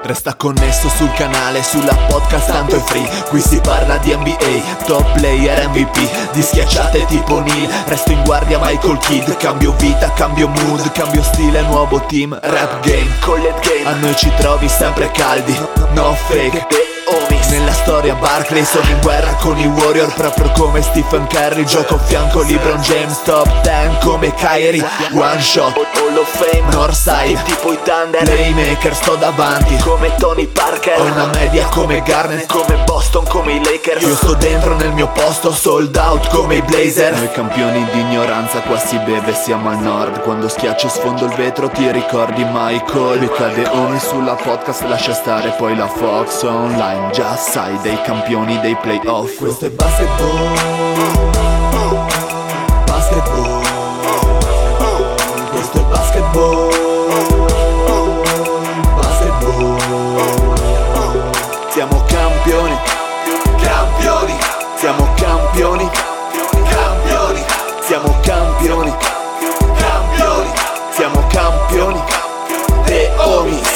Resta connesso sul canale, sulla podcast tanto è free. Qui si parla di NBA, top player MVP, di schiacciate tipo Neil. Resto in guardia Michael Kidd. Cambio vita, cambio mood, cambio stile, nuovo team. Rap game, collet game, a noi ci trovi sempre caldi. No fake, homies. Nella storia Barkley, sono in guerra con i Warrior, proprio come Stephen Curry. Gioco a fianco LeBron James, top 10 come Kyrie. One shot, Hall of Fame, Northside, tipo i Thunder. Playmaker, sto davanti come Tony Parker. Ho una media come Garnett, come Boston, come i Lakers. Io sto dentro nel mio posto, sold out come i Blazer. Noi campioni di ignoranza, qua si beve, siamo al nord. Quando schiaccio e sfondo il vetro ti ricordi Michael. Mi cade ogni sulla podcast, lascia stare poi la Fox online. Già sai, dei campioni dei playoff. Questo è basketball, basketball. Questo è basketball, basketball. Siamo campioni, campioni. Siamo campioni, campioni. Siamo campioni, campioni. Siamo campioni, The Homies.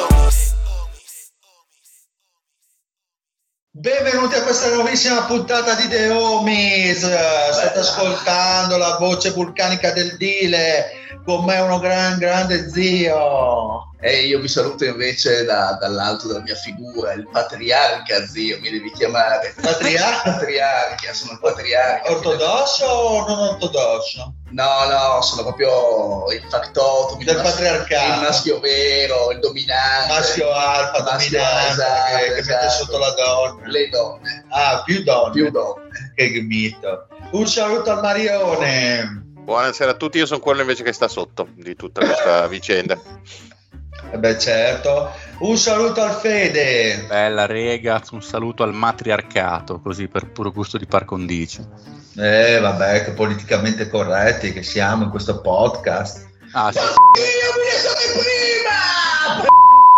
Benvenuti a questa nuovissima puntata di The Homies. State ascoltando la voce vulcanica del Dile, con me uno grande zio. E io vi saluto invece dall'alto della mia figura, il patriarca, zio, mi devi chiamare. Patriarca, sono il patriarca. Ortodosso o non ortodosso? No, sono proprio il factotum del patriarcato, il maschio vero, il dominante, maschio alfa, dominante, esatto, che mette sotto la donna. Le donne. Ah, più donne. Che mito. Un saluto al Marione. Buonasera a tutti, io sono quello invece che sta sotto di tutta questa vicenda. Beh, certo. Un saluto al Fede. Bella rega, un saluto al matriarcato, così per puro gusto di par condicio. Vabbè, che politicamente corretti che siamo in questo podcast. Ah, sì. Io mi ne sono prima!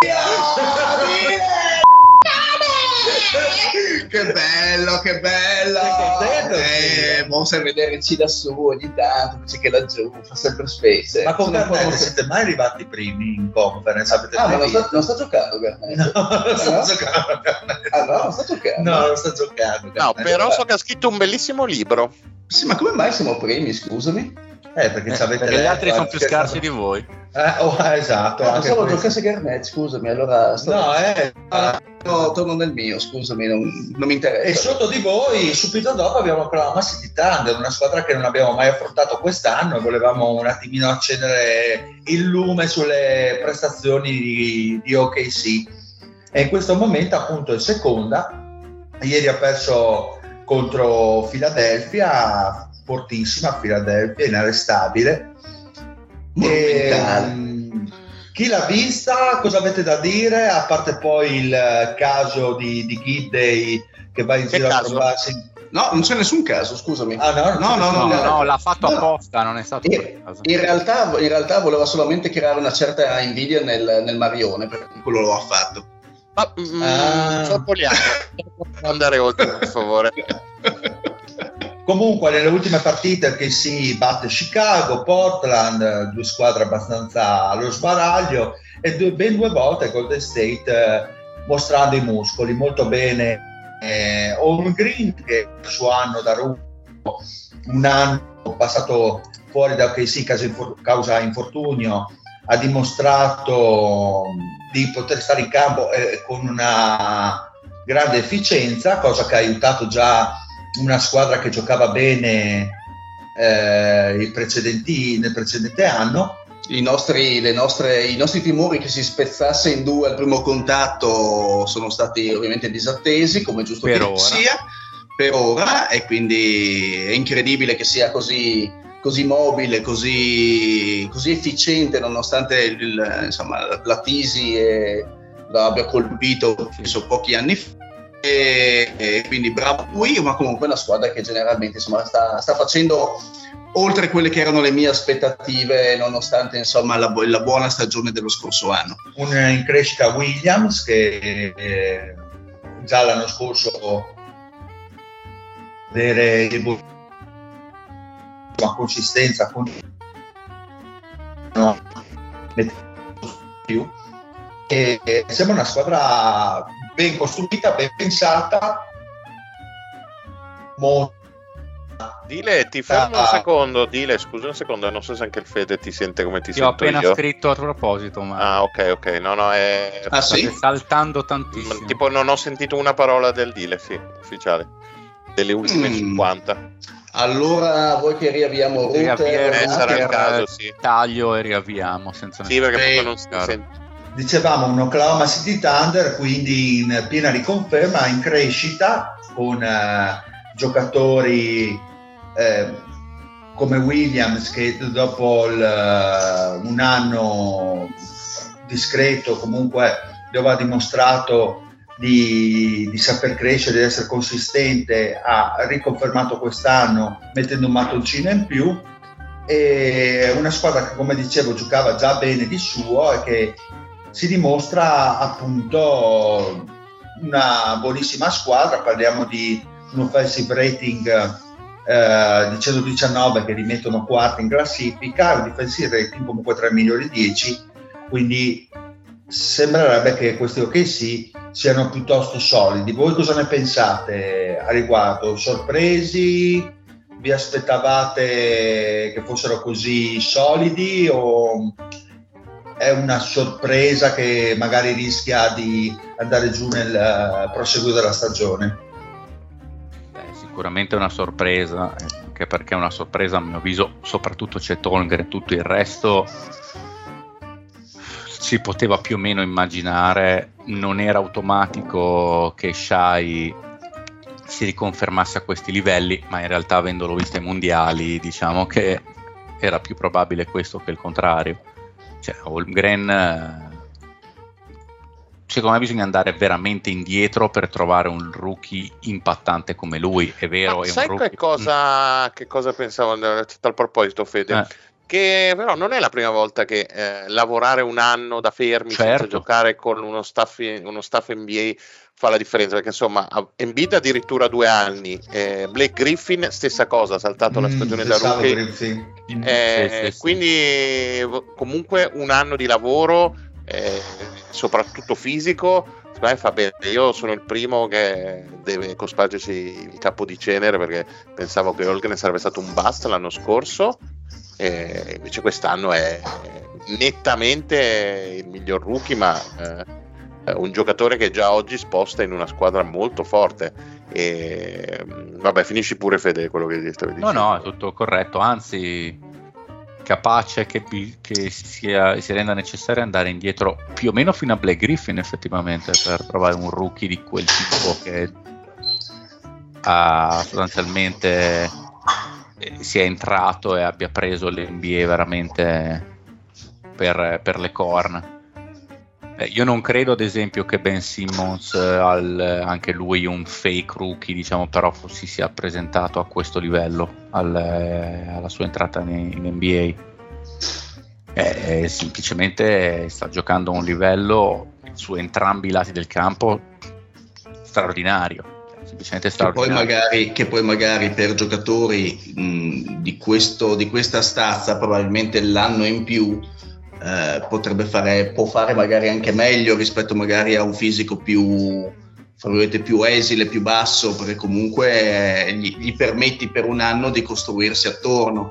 Che bello! Buon vederci da su ogni tanto, invece che laggiù, fa sempre specie. Ma con Garnett siete mai arrivati primi in conference? Non sta giocando Garnett? Non sta giocando Garnett. Non sta giocando? No, non sta giocando Garnett. No, però so che ha scritto un bellissimo libro. Sì, ma come mai siamo primi, scusami? Perché gli altri sono più scarsi di voi. Esatto. Pensavo giocasse Garnett, scusami, allora torno nel mio, scusami, non mi interessa. E sotto di voi, subito dopo, abbiamo Oklahoma City Thunder, una squadra che non abbiamo mai affrontato quest'anno, e volevamo un attimino accendere il lume sulle prestazioni di OKC. E in questo momento appunto è seconda. Ieri ha perso contro Philadelphia, fortissima Philadelphia, inarrestabile. Chi l'ha vista? Cosa avete da dire? A parte poi il caso di Giddey che va in giro a trovarsi. No, non c'è nessun caso, scusami. No, l'ha fatto apposta, non è stato per caso. In realtà voleva solamente creare una certa invidia nel Marione, per quello lo ha fatto. Sorvoliamo. Andare oltre, per favore. Comunque nelle ultime partite che si batte Chicago, Portland, due squadre abbastanza allo sbaraglio, e ben due volte Golden State mostrando i muscoli molto bene. Holmgren Green, che il suo anno da rookie, un anno passato fuori da OKC causa infortunio, ha dimostrato di poter stare in campo con una grande efficienza, cosa che ha aiutato già una squadra che giocava bene nel precedente anno. I nostri timori che si spezzasse in due al primo contatto sono stati ovviamente disattesi, come giusto che sia per ora, e quindi è incredibile che sia così mobile, così efficiente, nonostante la tisi l'abbia colpito pochi anni fa. E quindi bravo lui, ma comunque è una squadra che generalmente sta facendo oltre quelle che erano le mie aspettative, nonostante la buona stagione dello scorso anno. In crescita Williams, che già l'anno scorso vedere una consistenza più. e sembra una squadra ben costruita, ben pensata, molto. Dile, ti fermo un secondo. Dile, scusa un secondo, non so se anche il Fede ti sente come ti sento io. Ho appena scritto a proposito, ma... ok, no, è... State saltando tantissimo. Tipo non ho sentito una parola del Dile, sì, ufficiale, delle ultime 50. Allora vuoi che riavviamo sarà il caso, sì. Taglio e riavviamo senza perché non si sente. Dicevamo un Oklahoma City Thunder quindi in piena riconferma, in crescita, con giocatori come Williams, che dopo un anno discreto comunque dove ha dimostrato di saper crescere, di essere consistente, ha riconfermato quest'anno mettendo un mattoncino in più, e una squadra che, come dicevo, giocava già bene di suo e che si dimostra appunto una buonissima squadra. Parliamo di un offensive rating di 119 che li mettono quarti in classifica, un defensive rating comunque tra i migliori 10, quindi sembrerebbe che questi OKC siano piuttosto solidi. Voi cosa ne pensate a riguardo? Sorpresi? Vi aspettavate che fossero così solidi, o è una sorpresa che magari rischia di andare giù nel proseguo della stagione? Sicuramente è una sorpresa, anche perché è una sorpresa, a mio avviso, soprattutto c'è Holmgren, tutto il resto si poteva più o meno immaginare. Non era automatico che Shai si riconfermasse a questi livelli, ma in realtà, avendolo visto ai mondiali, diciamo che era più probabile questo che il contrario. Cioè, Holmgren, secondo me bisogna andare veramente indietro per trovare un rookie impattante come lui. È vero, è sai un rookie. Che cosa pensavo a tal proposito, Fede? Che però non è la prima volta che lavorare un anno da fermi, senza giocare con uno staff NBA fa la differenza, perché insomma Embiid addirittura 2 anni, Blake Griffin stessa cosa, ha saltato la stagione da rookie, quindi comunque un anno di lavoro, soprattutto fisico, secondo me fa bene. Io sono il primo che deve cospargersi il capo di cenere, perché pensavo che Holmgren sarebbe stato un bust l'anno scorso, e invece quest'anno è nettamente il miglior rookie, ma un giocatore che già oggi sposta in una squadra molto forte. E vabbè, finisci pure, Fede, quello che stavi dicendo. No, è tutto corretto, anzi capace che si renda necessario andare indietro più o meno fino a Blake Griffin, effettivamente, per trovare un rookie di quel tipo che ha sostanzialmente sia entrato e abbia preso l'NBA veramente per le corna. Io non credo, ad esempio, che Ben Simmons, anche lui un fake rookie, diciamo, però si sia presentato a questo livello alla sua entrata in NBA. Semplicemente sta giocando a un livello su entrambi i lati del campo straordinario. Semplicemente straordinario. Che poi magari per giocatori di questa stazza, probabilmente l'anno in più può fare magari anche meglio rispetto magari a un fisico più esile, più basso, perché comunque gli permetti per un anno di costruirsi attorno,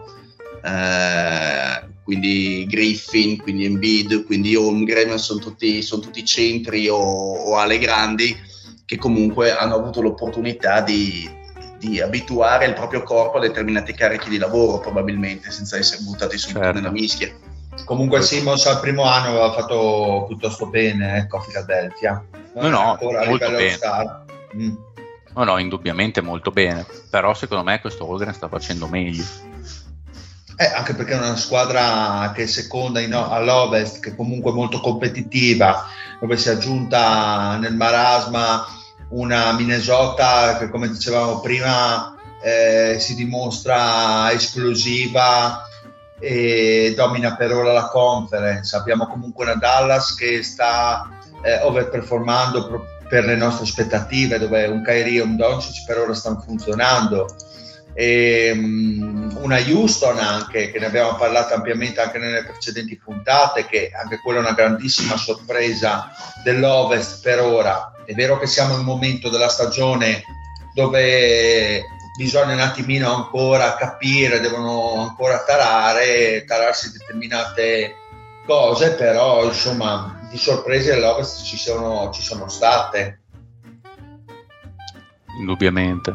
quindi Griffin, quindi Embiid, quindi Holmgren sono tutti centri o ale grandi che comunque hanno avuto l'opportunità di abituare il proprio corpo a determinati carichi di lavoro, probabilmente senza essere buttati subito nella mischia. Comunque Simmons al primo anno aveva fatto piuttosto bene, a Philadelphia. Molto bene. No, indubbiamente molto bene, però secondo me questo Holmgren sta facendo meglio. Anche perché è una squadra che è seconda all'Ovest, che è comunque molto competitiva, dove si è aggiunta nel marasma una Minnesota che, come dicevamo prima, si dimostra esplosiva e domina per ora la conference. Abbiamo comunque una Dallas che sta overperformando per le nostre aspettative, dove un Kyrie e un Doncic per ora stanno funzionando. e una Houston anche, che ne abbiamo parlato ampiamente anche nelle precedenti puntate, che anche quella è una grandissima sorpresa dell'Ovest per ora. È vero che siamo in un momento della stagione dove bisogna un attimino ancora capire, devono ancora tararsi determinate cose, però insomma di sorprese all'Ovest ci sono state. Indubbiamente.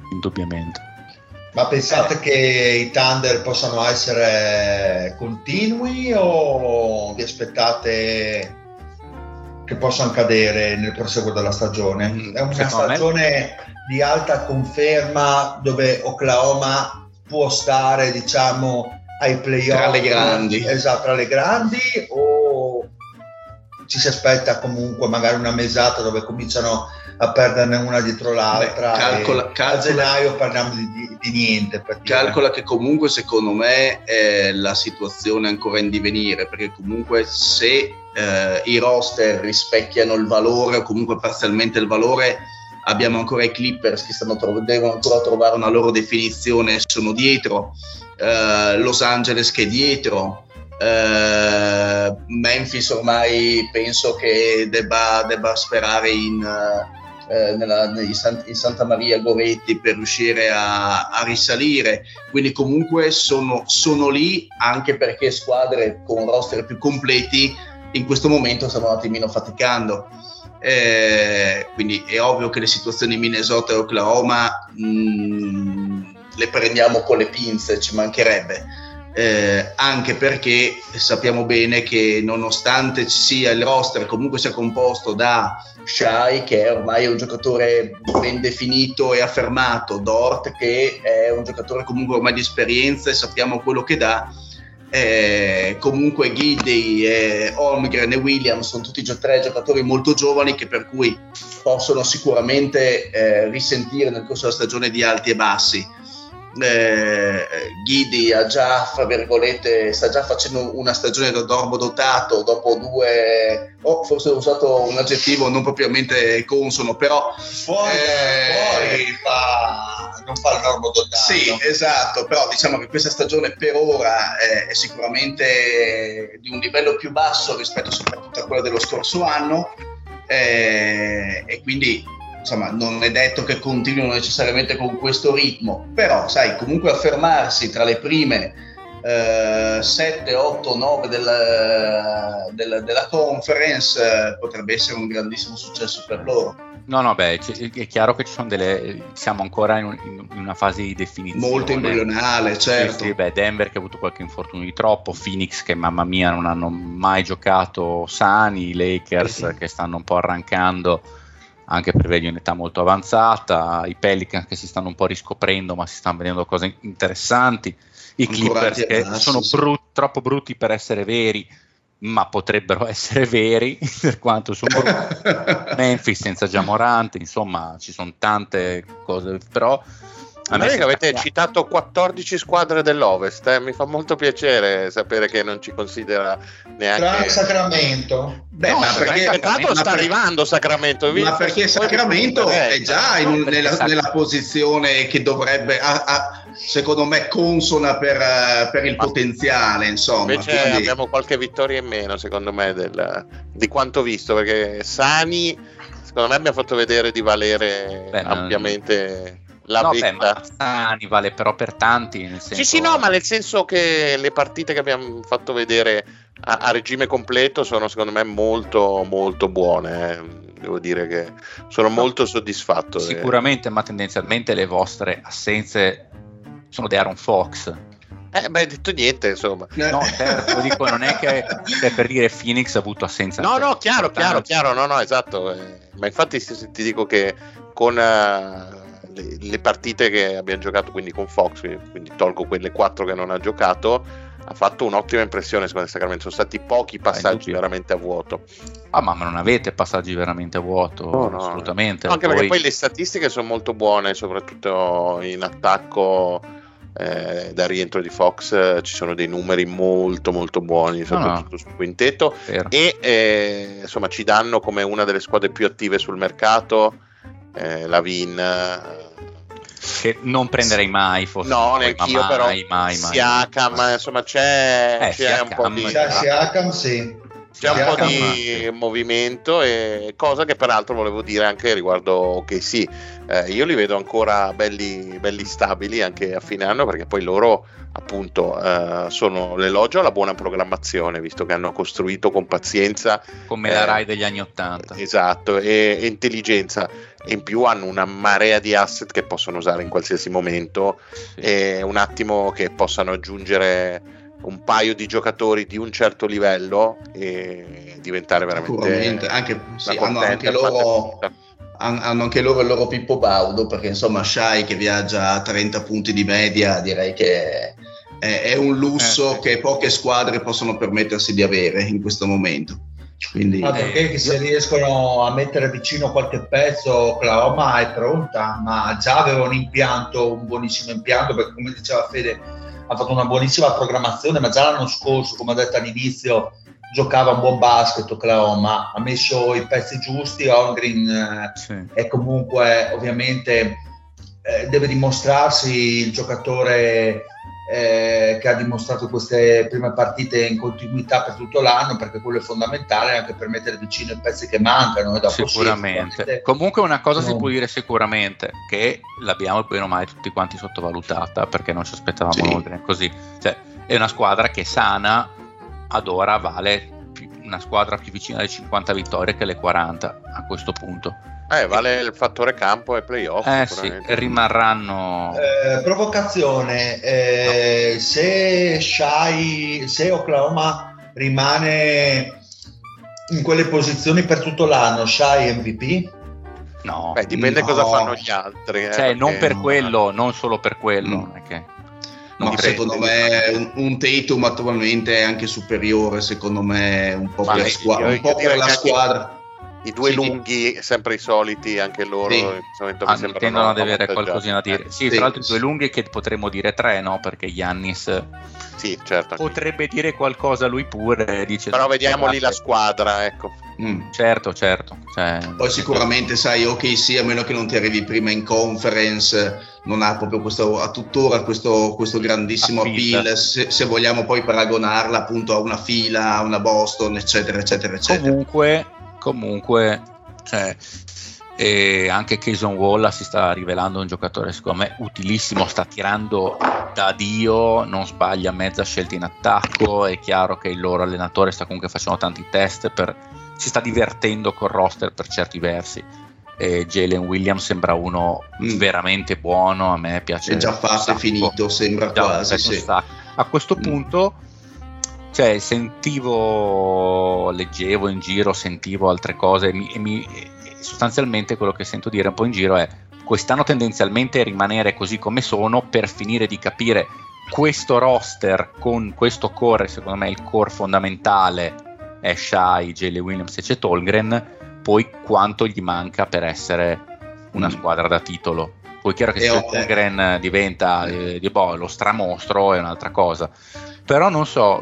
Ma pensate che i Thunder possano essere continui o vi aspettate che possano cadere nel proseguo della stagione? È una stagione di alta conferma dove Oklahoma può stare, diciamo, ai playoff tra le grandi. Esatto, tra le grandi, o ci si aspetta comunque magari una mesata dove cominciano a perderne una dietro l'altra? A gennaio parliamo di niente. Calcola che comunque secondo me la situazione è ancora in divenire, perché comunque se i roster rispecchiano il valore o comunque parzialmente il valore, abbiamo ancora i Clippers che devono ancora trovare una loro definizione, sono dietro, Los Angeles che è dietro, Memphis ormai penso che debba sperare in Santa Maria Goretti per riuscire a risalire, quindi comunque sono lì, anche perché squadre con roster più completi in questo momento stanno un attimino faticando. Quindi è ovvio che le situazioni in Minnesota e Oklahoma le prendiamo con le pinze, ci mancherebbe, anche perché sappiamo bene che nonostante sia il roster comunque sia composto da Shai, che è ormai un giocatore ben definito e affermato, Dort che è un giocatore comunque ormai di esperienza e sappiamo quello che dà, comunque Giddey, Holmgren e Williams sono tutti tre giocatori molto giovani, che per cui possono sicuramente risentire nel corso della stagione di alti e bassi. Giddey ha già, fra virgolette, sta già facendo una stagione da dormo dotato dopo forse ho usato un aggettivo non propriamente consono, però non fa il dormo dotato. Sì, esatto, però diciamo che questa stagione per ora è sicuramente di un livello più basso rispetto soprattutto a quella dello scorso anno, e quindi insomma non è detto che continuino necessariamente con questo ritmo, però sai, comunque affermarsi tra le prime 7, 8, 9 della conference potrebbe essere un grandissimo successo per loro. È chiaro che siamo ancora in una fase di definizione molto embrionale, certo. Sì, Denver che ha avuto qualche infortunio di troppo, Phoenix che mamma mia non hanno mai giocato sani, i Lakers che stanno un po' arrancando anche per vedi un'età molto avanzata, i Pelicans che si stanno un po' riscoprendo ma si stanno vedendo cose interessanti, i Clippers che sono troppo brutti per essere veri ma potrebbero essere veri per quanto sono brutti, Memphis senza Ja Morant, insomma ci sono tante cose, però avete citato 14 squadre dell'Ovest, mi fa molto piacere sapere che non ci considera neanche Sacramento. Perché sta arrivando Sacramento, ma perché Sacramento è già nella posizione che dovrebbe secondo me consona per il potenziale, insomma. Invece abbiamo qualche vittoria in meno secondo me di quanto visto, perché Sani secondo me abbiamo fatto vedere di valere ampiamente la ma Sani vale però per tanti, nel senso... ma nel senso che le partite che abbiamo fatto vedere a regime completo sono secondo me molto molto buone, devo dire che sono molto soddisfatto. Sicuramente, ma tendenzialmente le vostre assenze sono di Aaron Fox. Hai detto niente, insomma. No, certo, dico, non è che per dire Phoenix ha avuto assenza. No, chiaro, no, esatto. Ma infatti ti dico che con le partite che abbiamo giocato, quindi con Fox, quindi tolgo quelle 4 che non ha giocato, ha fatto un'ottima impressione secondo Sacramento. Sono stati pochi passaggi veramente a vuoto. Ma non avete passaggi veramente a vuoto? No, assolutamente. Anche perché poi le statistiche sono molto buone, soprattutto in attacco. Dal rientro di Fox ci sono dei numeri molto molto buoni, soprattutto sul quintetto, e insomma ci danno come una delle squadre più attive sul mercato. Lavin che non prenderei mai, forse. No, neanch'io, però mai. Siakam, insomma, c'è un po' di... Siakam, sì. C'è un po' di movimento, e cosa che peraltro volevo dire anche riguardo OKC. Io li vedo ancora belli stabili anche a fine anno, perché poi loro appunto sono l'elogio alla buona programmazione, visto che hanno costruito con pazienza, come la Rai degli anni '80. Esatto, e intelligenza, e in più hanno una marea di asset che possono usare in qualsiasi momento, e un attimo che possano aggiungere un paio di giocatori di un certo livello e diventare veramente hanno anche loro il loro Pippo Baudo, perché insomma Shai che viaggia a 30 punti di media, direi che è un lusso che poche squadre possono permettersi di avere in questo momento. Quindi perché se riescono a mettere vicino qualche pezzo, Oklahoma è pronta, ma già aveva un buonissimo impianto, perché come diceva Fede ha fatto una buonissima programmazione, ma già l'anno scorso, come ho detto all'inizio, giocava un buon basket Oklahoma, ha messo i pezzi giusti. Holmgren è comunque, ovviamente deve dimostrarsi il giocatore che ha dimostrato queste prime partite in continuità per tutto l'anno, perché quello è fondamentale anche per mettere vicino i pezzi che mancano, e dopo sicuramente. Comunque una cosa si può dire sicuramente, che l'abbiamo bene o male tutti quanti sottovalutata, perché non ci aspettavamo così. Cioè, è una squadra che sana ad ora vale una squadra più vicina alle 50 vittorie che alle 40 a questo punto. Vale il fattore campo e playoff. Rimarranno. Provocazione. Se Oklahoma rimane in quelle posizioni per tutto l'anno, Shai MVP? No. Dipende cosa fanno gli altri. Non per quello, non solo per quello. Secondo me un Tatum attualmente è anche superiore, secondo me, un po' per la squadra. I due lunghi, sempre i soliti, anche loro tendono ad avere qualcosina da dire. Tra l'altro i due lunghi, che potremmo dire 3, no? Perché Giannis potrebbe dire qualcosa lui pure, dice, però vediamo lì la squadra, ecco. Certo. Poi sicuramente sai, OKC, a meno che non ti arrivi prima in conference, non ha proprio tuttora questo grandissimo appeal, se vogliamo poi paragonarla appunto a una Fila, a una Boston, eccetera. Comunque anche Cason Wallace si sta rivelando un giocatore secondo me utilissimo, sta tirando da Dio, non sbaglia mezza scelta in attacco. È chiaro che il loro allenatore sta comunque facendo tanti test, si sta divertendo col roster per certi versi. Jalen Williams sembra uno veramente buono, a me piace. È già fatto, è finito, sembra quasi. A questo punto leggevo in giro, sentivo altre cose e sostanzialmente quello che sento dire un po' in giro è: quest'anno tendenzialmente rimanere così come sono, per finire di capire questo roster con questo core. Secondo me il core fondamentale è Shai, Jalen Williams e Chet Holmgren, poi quanto gli manca per essere una squadra da titolo. Poi è chiaro che se Holmgren diventa lo stramostro è un'altra cosa, però non so.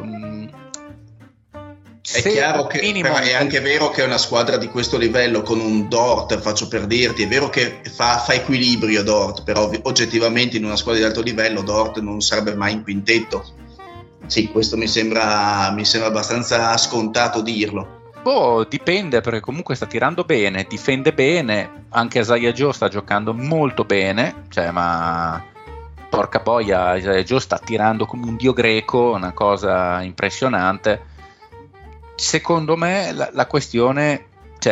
È chiaro che è anche vero che è una squadra di questo livello con un Dort, faccio per dirti, è vero che fa equilibrio Dort, però oggettivamente in una squadra di alto livello Dort non sarebbe mai in quintetto. Sì, questo mi sembra abbastanza scontato dirlo. Dipende, perché comunque sta tirando bene, difende bene, anche Isaiah Joe sta giocando molto bene, ma porca boia, Isaiah Joe sta tirando come un dio greco, una cosa impressionante. Secondo me la questione,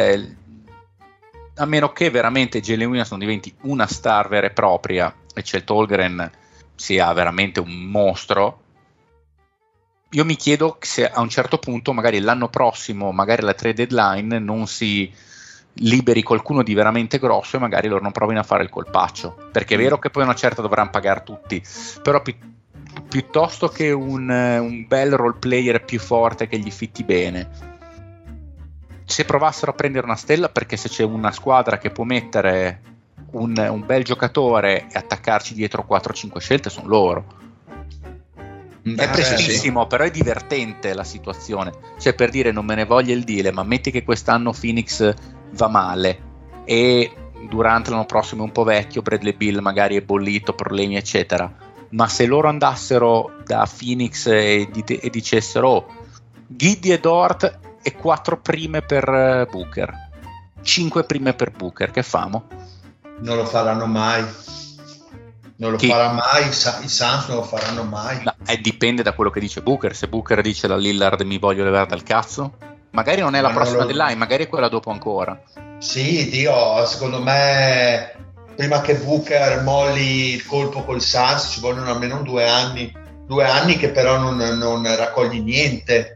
a meno che veramente Jalen Williams non diventi una star vera e propria e Chet Holmgren sia veramente un mostro, io mi chiedo se a un certo punto, magari l'anno prossimo, magari alla trade deadline, non si liberi qualcuno di veramente grosso e magari loro non provino a fare il colpaccio, perché è vero che poi una certa dovranno pagare tutti, però piuttosto che un bel role player più forte che gli fitti bene, se provassero a prendere una stella, perché se c'è una squadra che può mettere un bel giocatore e attaccarci dietro 4-5 scelte sono loro. È prestissimo, però è divertente la situazione, per dire, non me ne voglia il deal, ma metti che quest'anno Phoenix va male e Durant l'anno prossimo è un po' vecchio, Bradley Beal magari è bollito, problemi eccetera, ma se loro andassero da Phoenix e dicessero Giddey e Dort e 4 prime per Booker, 5 prime per Booker, che famo? Non lo faranno mai. Non lo farà mai, i Suns non lo faranno mai. No, dipende da quello che dice Booker. Se Booker dice da Lillard mi voglio levare dal cazzo, magari non è la prossima deadline, magari è quella dopo ancora. Sì, Dio, secondo me prima che Booker molli il colpo col Suns ci vogliono almeno 2 anni che però non raccogli niente.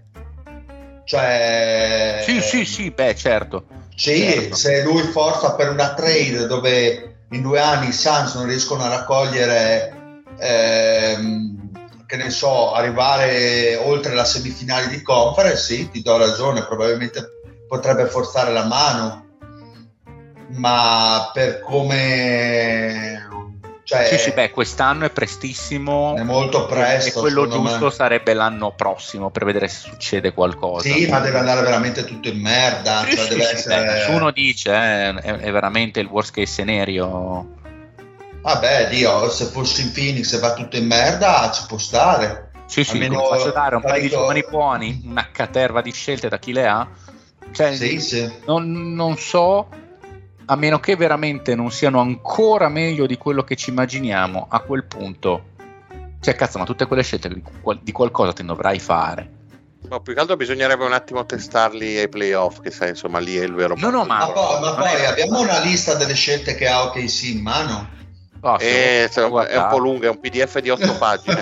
Cioè sì, beh, certo. Sì, certo. Se lui forza per una trade dove in 2 anni i Suns non riescono a raccogliere, che ne so, arrivare oltre la semifinale di conference, sì, ti do ragione, probabilmente potrebbe forzare la mano, ma per come... Cioè, sì, beh, quest'anno è prestissimo, è molto presto, e quello giusto sarebbe l'anno prossimo per vedere se succede qualcosa. Sì, ma deve andare veramente tutto in merda, deve essere... nessuno dice, è veramente il worst case scenario. Vabbè, Dio, se fossi in Phoenix e va tutto in merda ci può stare. Sì, almeno faccio dare un paio di giovani buoni, una caterva di scelte da chi le ha, cioè, sì. Non so, a meno che veramente non siano ancora meglio di quello che ci immaginiamo, a quel punto, cioè cazzo, ma tutte quelle scelte di qualcosa te ne dovrai fare. No, più che altro bisognerebbe un attimo testarli ai playoff, che sai, insomma, lì è il vero. Ma poi abbiamo una lista delle scelte che ha OKC in mano. È un po' lunga, è un PDF di 8 pagine.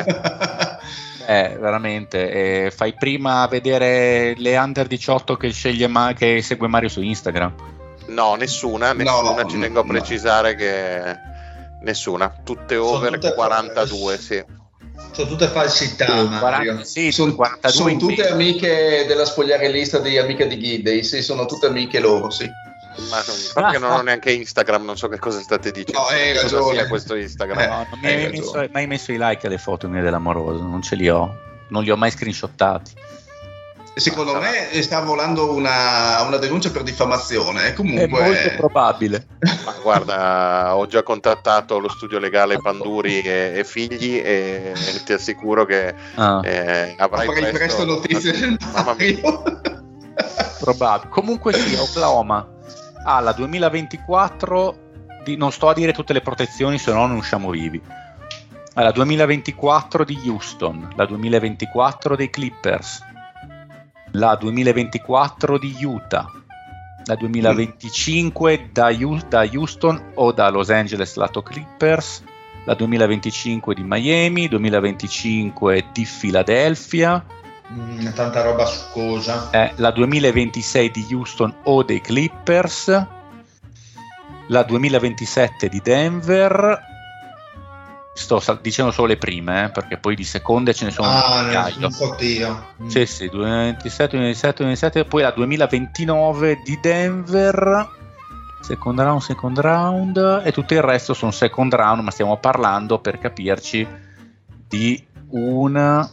Veramente, fai prima vedere le under 18 che che segue Mario su Instagram. No, nessuna, ci tengo a precisare che nessuna, tutte over 42, sì. Sono tutte falsità, Mario. Sì, sono tutte amiche della spogliarellista di amiche di Giddey, sì, sono tutte amiche loro, sì. Ma perché non ho neanche Instagram, non so che cosa state dicendo. No, hai ragione. Sia questo Instagram. No, non mi hai mai messo i like alle foto mie dell'amoroso, non ce li ho, non li ho mai screenshottati. Secondo me sta volando una denuncia per diffamazione. Comunque è molto probabile. Ma guarda, ho già contattato lo studio legale Panduri e figli e ti assicuro che avrai presto notizie del Mario. Probabile. Comunque sì, Oklahoma la 2024 non sto a dire tutte le protezioni, se no non usciamo vivi. La 2024 di Houston, la 2024 dei Clippers, la 2024 di Utah, la 2025 da Houston o da Los Angeles lato Clippers, la 2025 di Miami, 2025 di Philadelphia, tanta roba succosa, la 2026 di Houston o dei Clippers, la 2027 di Denver. Sto dicendo solo le prime, perché poi di seconde ce ne sono un fottio. Sì, 2027, poi la 2029 di Denver, second round, e tutto il resto sono second round, ma stiamo parlando, per capirci, di 1,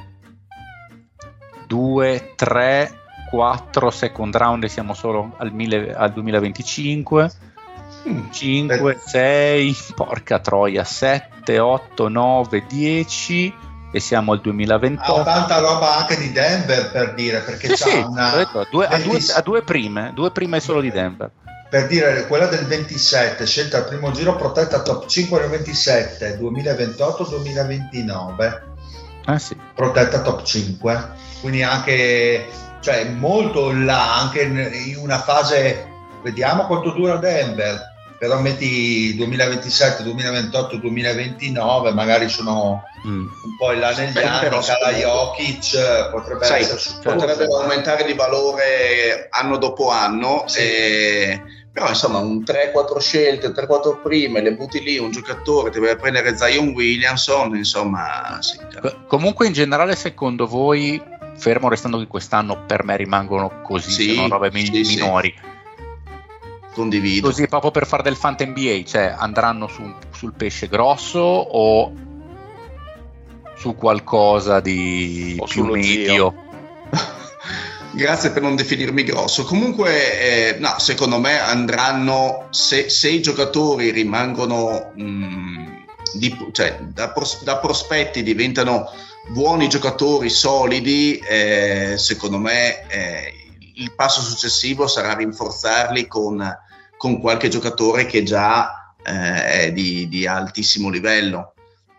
2, 3, 4 second round, e siamo solo al 2025. 5, 6, porca troia, 7, 8, 9, 10 e siamo al 2028. Ha tanta roba anche di Denver, per dire, perché c'ha due prime solo di Denver. Per dire, quella del 27, scelta al primo giro, protetta top 5 nel 27, 2028-2029. Sì. Protetta top 5. Quindi anche, cioè molto là, anche in una fase, vediamo quanto dura Denver. Però metti 2027, 2028, 2029, magari sono un po' in là negli anni, cala Jokic, potrebbe potrebbero aumentare di valore anno dopo anno, però insomma un 3-4 scelte, 3-4 prime, le butti lì, un giocatore, ti vai a prendere Zion Williamson, insomma sì. Comunque in generale, secondo voi, fermo restando che quest'anno per me rimangono così, sono robe minori. Condivido. Così proprio per fare del Fant NBA, cioè andranno sul pesce grosso o su qualcosa di più medio? Grazie per non definirmi grosso. Comunque, no, secondo me andranno, se i giocatori rimangono, cioè da prospetti diventano buoni giocatori solidi, secondo me il passo successivo sarà rinforzarli con qualche giocatore che già è di altissimo livello,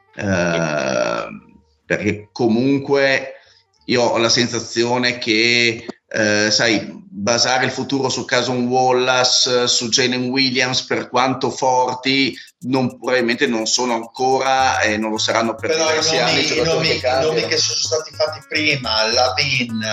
perché comunque io ho la sensazione che sai, basare il futuro su Cason Wallace, su Jalen Williams, per quanto forti, probabilmente non sono ancora e non lo saranno per diversi anni. I nomi che sono stati fatti prima, Lavin,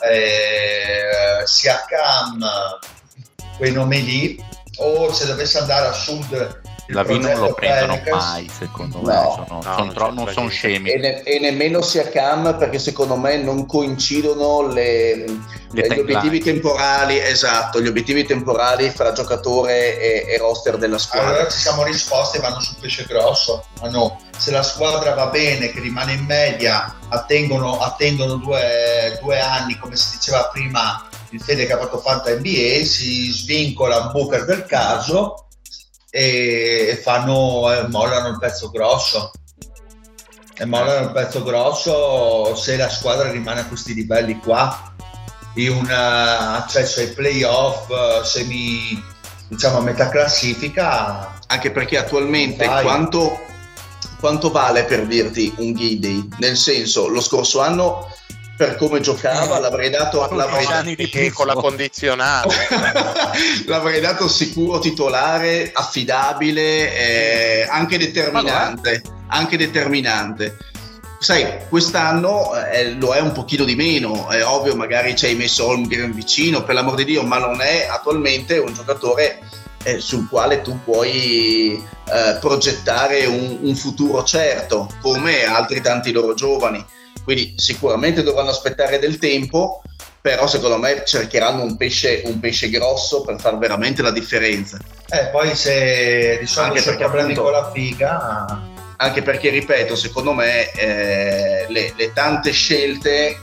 Siakam, quei nomi lì, o se dovesse andare a sud Lavin non lo prendono mai, secondo me, non sono scemi, e nemmeno Siakam, perché secondo me non coincidono gli obiettivi temporali, esatto, gli obiettivi temporali fra giocatore e roster della squadra. Allora ci siamo risposti, vanno sul pesce grosso. Se la squadra va bene, che rimane in media, attendono 2 anni, come si diceva prima il Fede che ha fatto Fanta NBA, si svincola un Booker del caso e mollano il pezzo grosso. Se la squadra rimane a questi livelli qua, di un accesso ai playoff, diciamo a metà classifica. Anche perché attualmente quanto vale, per dirti, un Giddey? Nel senso, lo scorso anno, per come giocava, l'avrei dato con la condizionale l'avrei dato sicuro titolare, affidabile, anche determinante. Sai, quest'anno lo è un pochino di meno, è ovvio, magari ci hai messo Holmgren vicino, per l'amor di Dio, ma non è attualmente un giocatore sul quale tu puoi progettare un futuro certo, come altri tanti loro giovani. Quindi sicuramente dovranno aspettare del tempo, però secondo me cercheranno un pesce grosso per far veramente la differenza. Poi se risolve i problemi con la figa. Anche perché, ripeto, secondo me le tante scelte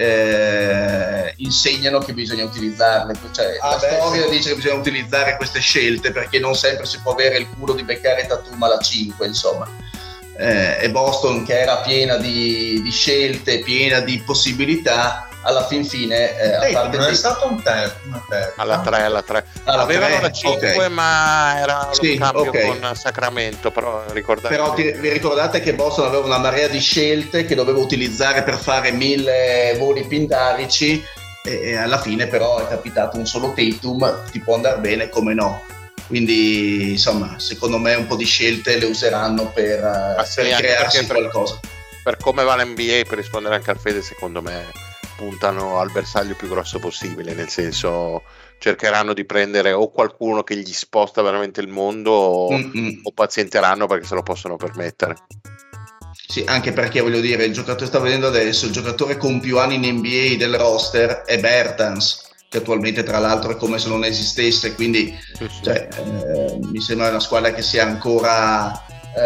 insegnano che bisogna utilizzarle, cioè storia dice che bisogna utilizzare queste scelte, perché non sempre si può avere il culo di beccare Tatum alla 5, insomma. E Boston, che era piena di scelte, piena di possibilità, alla fine non è stato un alla 3 avevano la 5, ma era lo cambio con Sacramento, però vi ricordate che Boston aveva una marea di scelte che doveva utilizzare per fare 1000 voli pindarici, e alla fine però è capitato un solo Tatum. Ti può andare bene, come no. Quindi insomma, secondo me un po' di scelte le useranno per crearsi qualcosa. Per come va l'NBA, per rispondere anche al Fede, secondo me puntano al bersaglio più grosso possibile, nel senso cercheranno di prendere o qualcuno che gli sposta veramente il mondo o pazienteranno perché se lo possono permettere. Sì, anche perché voglio dire, il giocatore, sta vedendo adesso, il giocatore con più anni in NBA del roster è Bertans, che attualmente tra l'altro è come se non esistesse, quindi cioè, mi sembra una squadra che sia ancora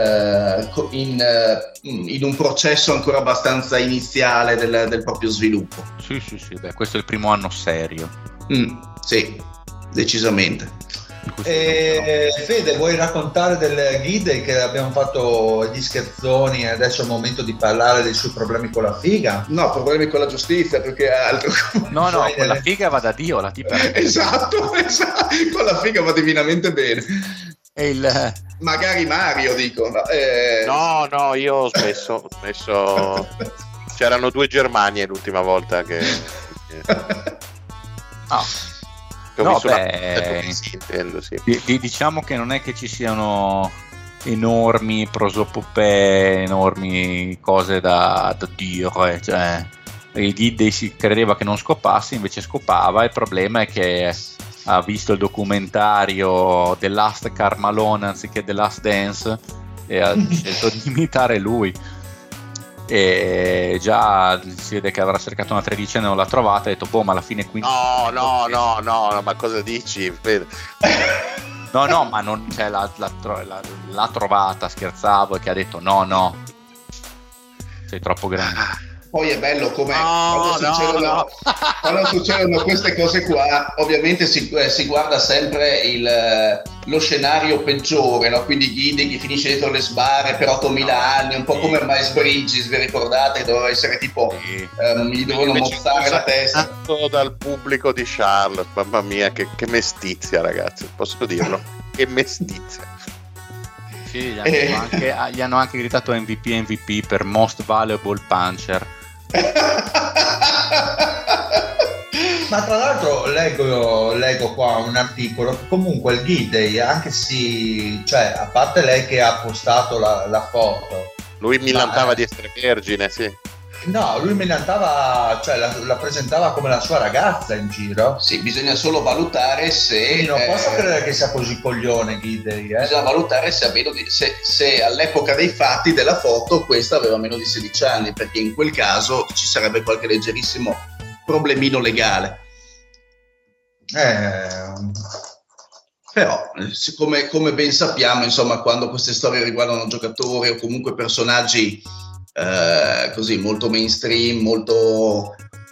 in un processo ancora abbastanza iniziale del proprio sviluppo. Sì, beh, questo è il primo anno serio. Sì, decisamente. Fede, vuoi raccontare del Giddey, che abbiamo fatto gli scherzoni e adesso è il momento di parlare dei suoi problemi con la figa? No, problemi con la giustizia più che altro. No, con la figa va da Dio, la tipa. Esatto, con la figa va divinamente bene. Magari Mario, dico. No, io ho smesso. C'erano 2 Germanie l'ultima volta che diciamo che non è che ci siano enormi prosopopee, enormi cose da dire, cioè il Giddey si credeva che non scopasse, invece scopava. Il problema è che ha visto il documentario The Last Carmalone anziché The Last Dance e ha scelto di imitare lui, e già si vede che avrà cercato una 13enne, non l'ha trovata, ha detto ma alla fine quindi no, ma cosa dici? no, ma non, cioè, l'ha trovata, scherzavo, e che ha detto no, sei troppo grande. poi è bello come quando succedono queste cose qua, ovviamente si guarda sempre lo scenario peggiore, no? Quindi Guidi che finisce dietro le sbarre per 8.000 anni, un po' come Miles Bridges, vi ricordate? Doveva essere tipo gli dovevano mozzare la testa dal pubblico di Charlotte. Mamma mia, che mestizia, ragazzi, posso dirlo, che mestizia. Sì, gli hanno anche gritato MVP per Most Valuable Puncher. Ma tra l'altro leggo qua un articolo che comunque il Guidey, anche cioè a parte lei che ha postato la foto, lui millantava di essere vergine, sì. No, lui millantava, cioè la presentava come la sua ragazza in giro. Sì, bisogna solo valutare se... Quindi non posso credere che sia così coglione Guidey. Bisogna valutare se all'epoca dei fatti della foto questa aveva meno di 16 anni, perché in quel caso ci sarebbe qualche leggerissimo problemino legale. Però, come ben sappiamo, insomma, quando queste storie riguardano giocatori o comunque personaggi così molto mainstream, molto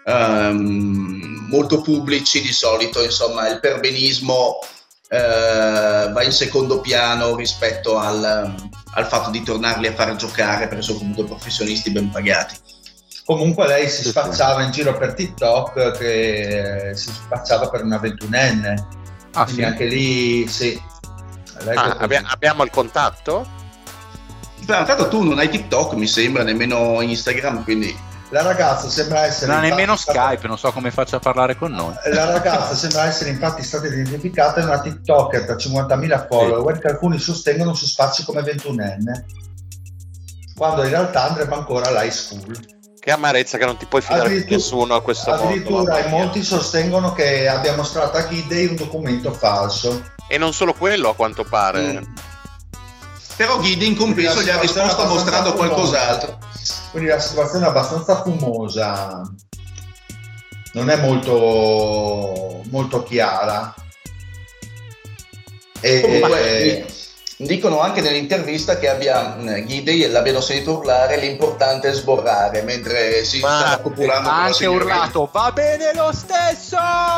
pubblici, di solito, insomma, il perbenismo va in secondo piano rispetto al fatto di tornarli a far giocare, perché sono comunque professionisti ben pagati. Comunque lei si spacciava in giro per TikTok, che si spacciava per una 21enne. Quindi sì? Anche lì sì. Abbiamo il contatto? Tanto tu non hai TikTok, mi sembra, nemmeno Instagram, quindi... La ragazza sembra essere... Non ha nemmeno Skype, non so come faccia a parlare con noi. La ragazza sembra essere infatti stata identificata in una TikToker da 50.000 follower, che alcuni sostengono si spacci come 21enne, quando in realtà andrebbe ancora all'high school. Che amarezza che non ti puoi fidare di nessuno a questo mondo. Addirittura in molti sostengono che abbia mostrato a Guidey un documento falso. E non solo quello, a quanto pare. Però Guidey in compenso gli ha risposto mostrando qualcos'altro. Quindi la situazione è abbastanza fumosa, non è molto chiara. Dicono anche nell'intervista che Guidey l'abbiano sentito urlare l'importante è sborrare mentre si stava copulando. Ha anche urlato va bene lo stesso.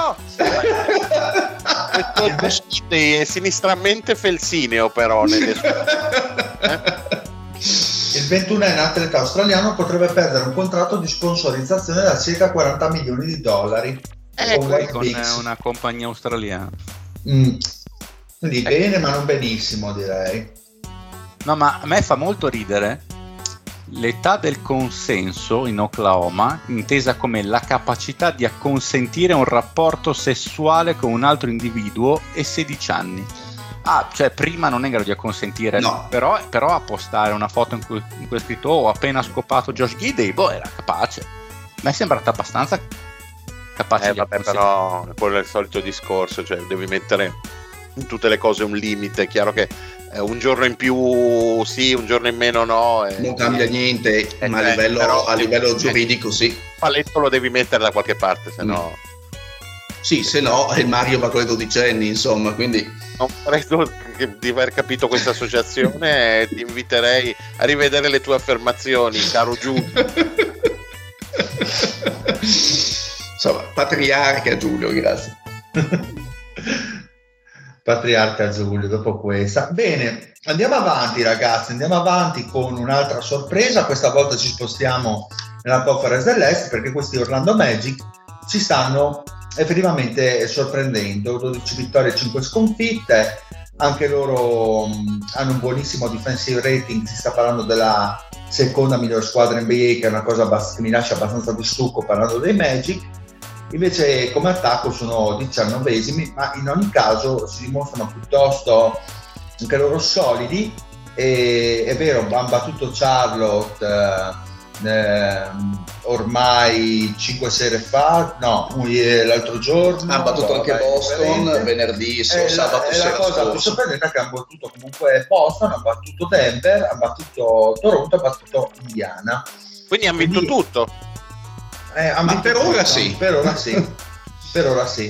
È sinistramente felsineo però nelle Il 21enne atleta australiano potrebbe perdere un contratto di sponsorizzazione da circa $40 milioni con una compagnia australiana. Quindi bene, ma non benissimo, direi. No, ma a me fa molto ridere l'età del consenso in Oklahoma, intesa come la capacità di acconsentire un rapporto sessuale con un altro individuo, e 16 anni. Cioè prima non è in grado di acconsentire, no. Però a postare una foto in cui è scritto ho appena scopato Josh Guidey, era capace. Mi è sembrata abbastanza capace di acconsentire. Però quello è il solito discorso, cioè devi mettere in tutte le cose un limite. È chiaro che un giorno in più sì, un giorno in meno no, non cambia niente, ma a livello giuridico sì. Il paletto lo devi mettere da qualche parte, se no sì, se no Mario va con le 12enni, insomma, quindi non credo di aver capito questa associazione e ti inviterei a rivedere le tue affermazioni, caro Giulio. Insomma, patriarca Giulio, grazie. Patriarca Giulio, dopo questa. Bene, andiamo avanti ragazzi, andiamo avanti con un'altra sorpresa. Questa volta ci spostiamo nella Conference dell'Est, perché questi Orlando Magic ci stanno effettivamente sorprendendo. 12 vittorie e 5 sconfitte, anche loro hanno un buonissimo defensive rating. Si sta parlando della seconda miglior squadra NBA, che è una cosa che mi lascia abbastanza di stucco parlando dei Magic. Invece come attacco sono 19esimi, ma in ogni caso si dimostrano piuttosto anche loro solidi. E è vero, hanno battuto Charlotte ormai 5 sere fa, l'altro giorno. Ha battuto anche Boston venerdì, sabato sera. La cosa più sorprendente è che hanno battuto comunque Boston, hanno battuto Denver, hanno battuto Toronto, hanno battuto Indiana. Quindi hanno vinto tutto. Ma per ora sì. Per ora sì.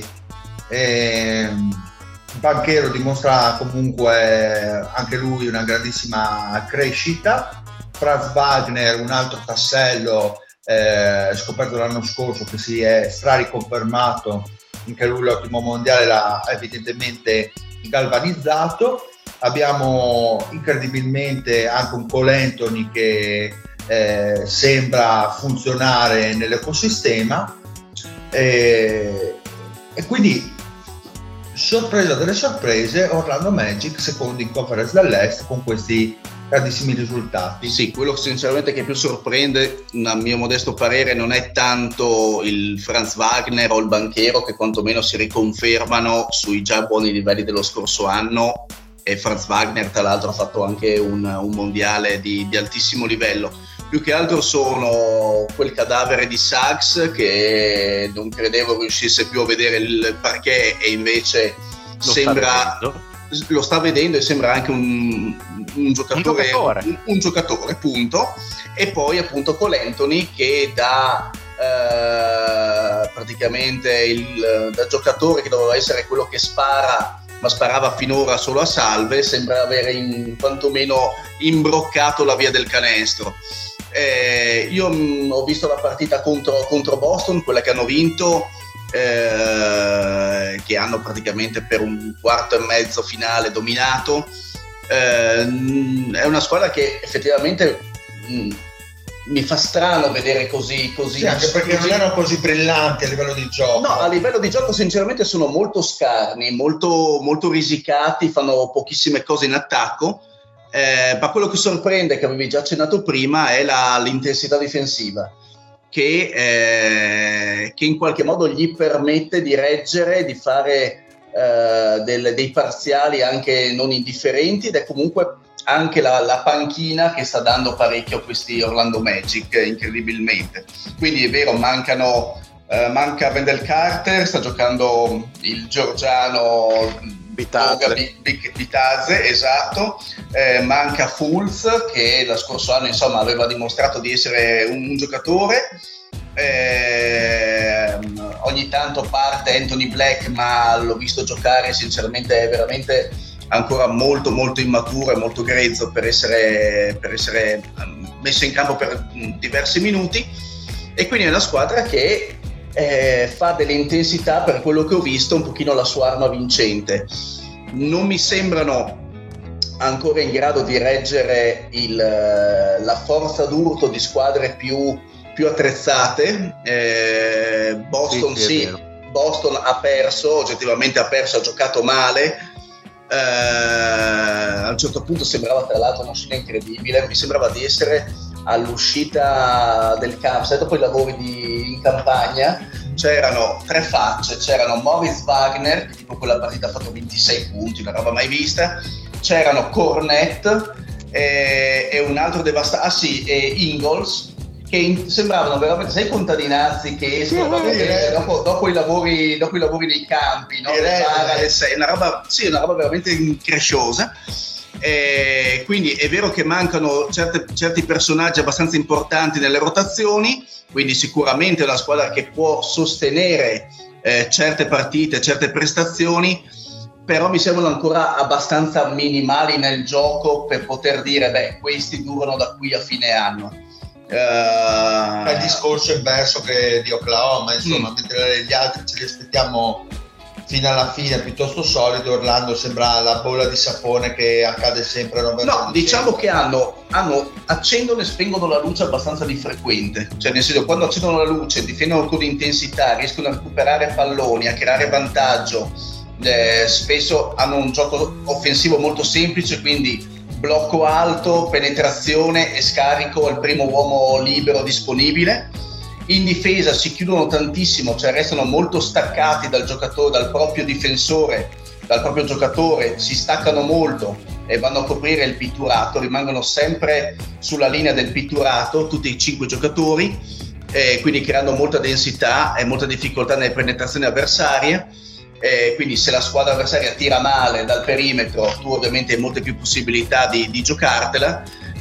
Banchero dimostra comunque anche lui una grandissima crescita. Franz Wagner, un altro tassello scoperto l'anno scorso, che si è riconfermato, anche lui l'ottimo mondiale l'ha evidentemente galvanizzato. Abbiamo incredibilmente anche un Cole Anthony che sembra funzionare nell'ecosistema, e quindi, sorpresa delle sorprese, Orlando Magic secondo in Conference dell'Est con questi grandissimi risultati. Sì, quello sinceramente che più sorprende, a mio modesto parere, non è tanto il Franz Wagner o il Banchero, che quantomeno si riconfermano sui già buoni livelli dello scorso anno, e Franz Wagner tra l'altro ha fatto anche un mondiale di altissimo livello. Più che altro sono quel cadavere di Suggs, che non credevo riuscisse più a vedere il parquet, e invece lo sta vedendo e sembra anche un giocatore, punto. E poi appunto Cole Anthony, che da praticamente da giocatore che doveva essere quello che spara, ma sparava finora solo a salve, sembra avere quantomeno imbroccato la via del canestro. Io ho visto la partita contro Boston, quella che hanno vinto, che hanno praticamente per un quarto e mezzo finale dominato. È una squadra che effettivamente mi fa strano vedere così. Sì, anche perché non erano così brillanti a livello di gioco. No, a livello di gioco sinceramente sono molto scarni, molto, molto risicati, fanno pochissime cose in attacco. Ma quello che sorprende, che avevi già accennato prima, è l'intensità difensiva, che in qualche modo gli permette di reggere, di fare dei parziali anche non indifferenti, ed è comunque anche la panchina che sta dando parecchio a questi Orlando Magic, incredibilmente. Quindi è vero, manca Wendell Carter, sta giocando il georgiano Bitadze, esatto, manca Fultz, che lo scorso anno insomma aveva dimostrato di essere un giocatore, ogni tanto parte Anthony Black, ma l'ho visto giocare, sinceramente è veramente ancora molto molto immaturo e molto grezzo per essere messo in campo per diversi minuti, e quindi è una squadra che fa delle intensità, per quello che ho visto, un pochino la sua arma vincente. Non mi sembrano ancora in grado di reggere la forza d'urto di squadre più attrezzate. Boston sì, Boston ha perso, oggettivamente ha giocato male. A un certo punto sembrava, tra l'altro, una scena incredibile, mi sembrava di essere all'uscita del campo, dopo i lavori in campagna. C'erano tre facce, c'erano Moritz Wagner, che tipo quella partita ha fatto 26 punti, una roba mai vista, c'erano Cornet e un altro devastante, e Ingles, che sembravano veramente, sai, contadinazzi che escono dopo i lavori nei campi, no? Una roba veramente incresciosa. Quindi è vero che mancano certi personaggi abbastanza importanti nelle rotazioni, quindi sicuramente è una squadra che può sostenere certe partite, certe prestazioni, però mi sembrano ancora abbastanza minimali nel gioco per poter dire questi durano da qui a fine anno. È il discorso inverso che di Oklahoma, insomma, mentre gli altri ce li aspettiamo fino alla fine piuttosto solidi, Orlando sembra la bolla di sapone che accade sempre. No, diciamo che accendono e spengono la luce abbastanza di frequente, cioè nel senso, quando accendono la luce difendono con intensità, riescono a recuperare palloni, a creare vantaggio, spesso hanno un gioco offensivo molto semplice, quindi blocco alto, penetrazione e scarico al primo uomo libero disponibile. In difesa si chiudono tantissimo, cioè restano molto staccati dal giocatore, dal proprio difensore, dal proprio giocatore, si staccano molto e vanno a coprire il pitturato, rimangono sempre sulla linea del pitturato tutti i 5 giocatori, quindi creando molta densità e molta difficoltà nelle penetrazioni avversarie. Quindi se la squadra avversaria tira male dal perimetro, tu ovviamente hai molte più possibilità di giocartela.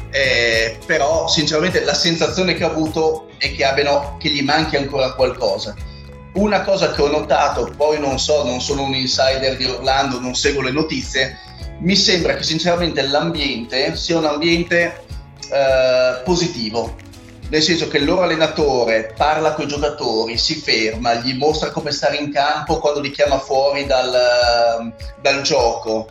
Però sinceramente la sensazione che ho avuto è che gli manchi ancora qualcosa. Una cosa che ho notato, poi non sono un insider di Orlando, non seguo le notizie, mi sembra che sinceramente l'ambiente sia un ambiente positivo, nel senso che il loro allenatore parla con i giocatori, si ferma, gli mostra come stare in campo quando li chiama fuori dal gioco,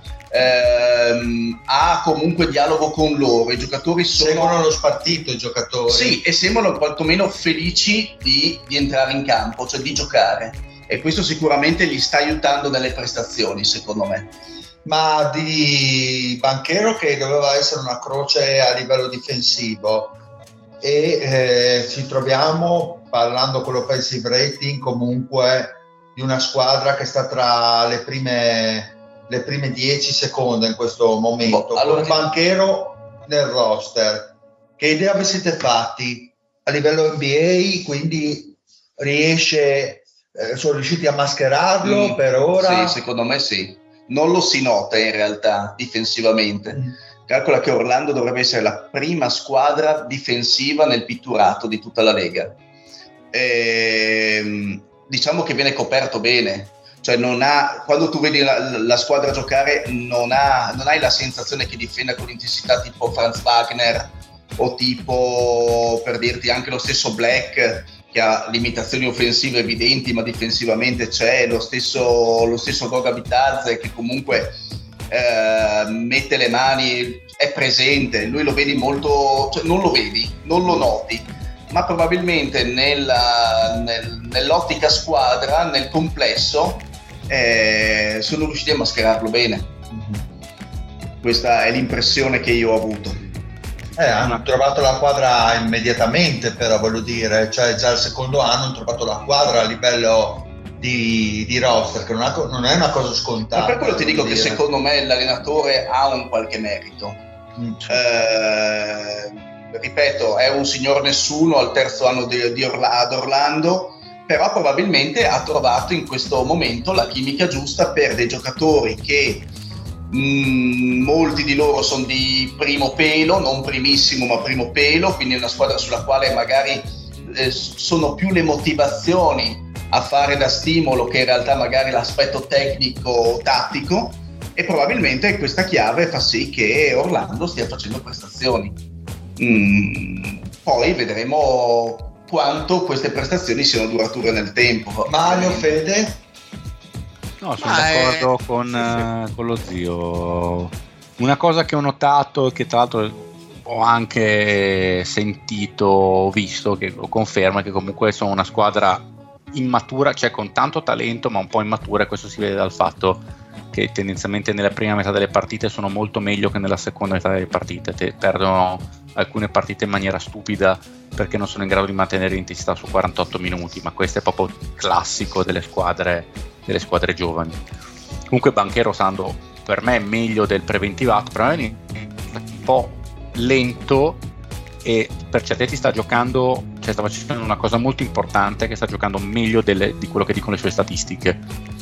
ha comunque dialogo con loro, i giocatori seguono lo spartito, i giocatori. Sì, e sembrano quantomeno felici di entrare in campo, cioè di giocare, e questo sicuramente gli sta aiutando nelle prestazioni, secondo me. Ma di Banchero, che doveva essere una croce a livello difensivo, e ci troviamo, parlando con l'offensive rating, comunque di una squadra che sta tra le prime 10 seconde in questo momento. Allora, con Banchero nel roster, che idea vi siete fatti a livello NBA? Quindi sono riusciti a mascherarlo per ora? Sì, secondo me sì. Non lo si nota in realtà difensivamente. Calcola che Orlando dovrebbe essere la prima squadra difensiva nel pitturato di tutta la Lega. Diciamo che viene coperto bene, cioè quando tu vedi la squadra giocare non hai la sensazione che difenda con intensità tipo Franz Wagner o tipo, per dirti, anche lo stesso Black, che ha limitazioni offensive evidenti, ma difensivamente c'è, lo stesso Goga Bitadze, che comunque mette le mani, è presente, lui lo vedi molto, cioè non lo noti, ma probabilmente nell'ottica squadra, nel complesso, sono riusciti a mascherarlo bene. Questa è l'impressione che io ho avuto. Hanno trovato la quadra immediatamente, però voglio dire, cioè già il secondo anno hanno trovato la quadra a livello di roster, che non è una cosa scontata. Ma per quello ti dico che secondo me l'allenatore ha un qualche merito. Ripeto, è un signor nessuno al terzo anno ad Orlando, però probabilmente ha trovato in questo momento la chimica giusta per dei giocatori che molti di loro sono di primo pelo, non primissimo ma primo pelo, quindi è una squadra sulla quale magari sono più le motivazioni a fare da stimolo che in realtà magari l'aspetto tecnico o tattico, e probabilmente questa chiave fa sì che Orlando stia facendo prestazioni. Poi vedremo quanto queste prestazioni siano durature nel tempo. Mario, Fede? No, sono d'accordo con lo zio. Una cosa che ho notato, che tra l'altro ho anche sentito, visto, che lo conferma, che comunque sono una squadra immatura, cioè con tanto talento ma un po' immatura, e questo si vede dal fatto che tendenzialmente nella prima metà delle partite sono molto meglio che nella seconda metà delle partite. Perdono alcune partite in maniera stupida perché non sono in grado di mantenere l'intensità su 48 minuti, ma questo è proprio classico delle squadre giovani. Comunque Banchero, stando per me meglio del preventivato, per me è un po' lento e per certi sta giocando, cioè sta facendo una cosa molto importante, che sta giocando meglio di quello che dicono le sue statistiche,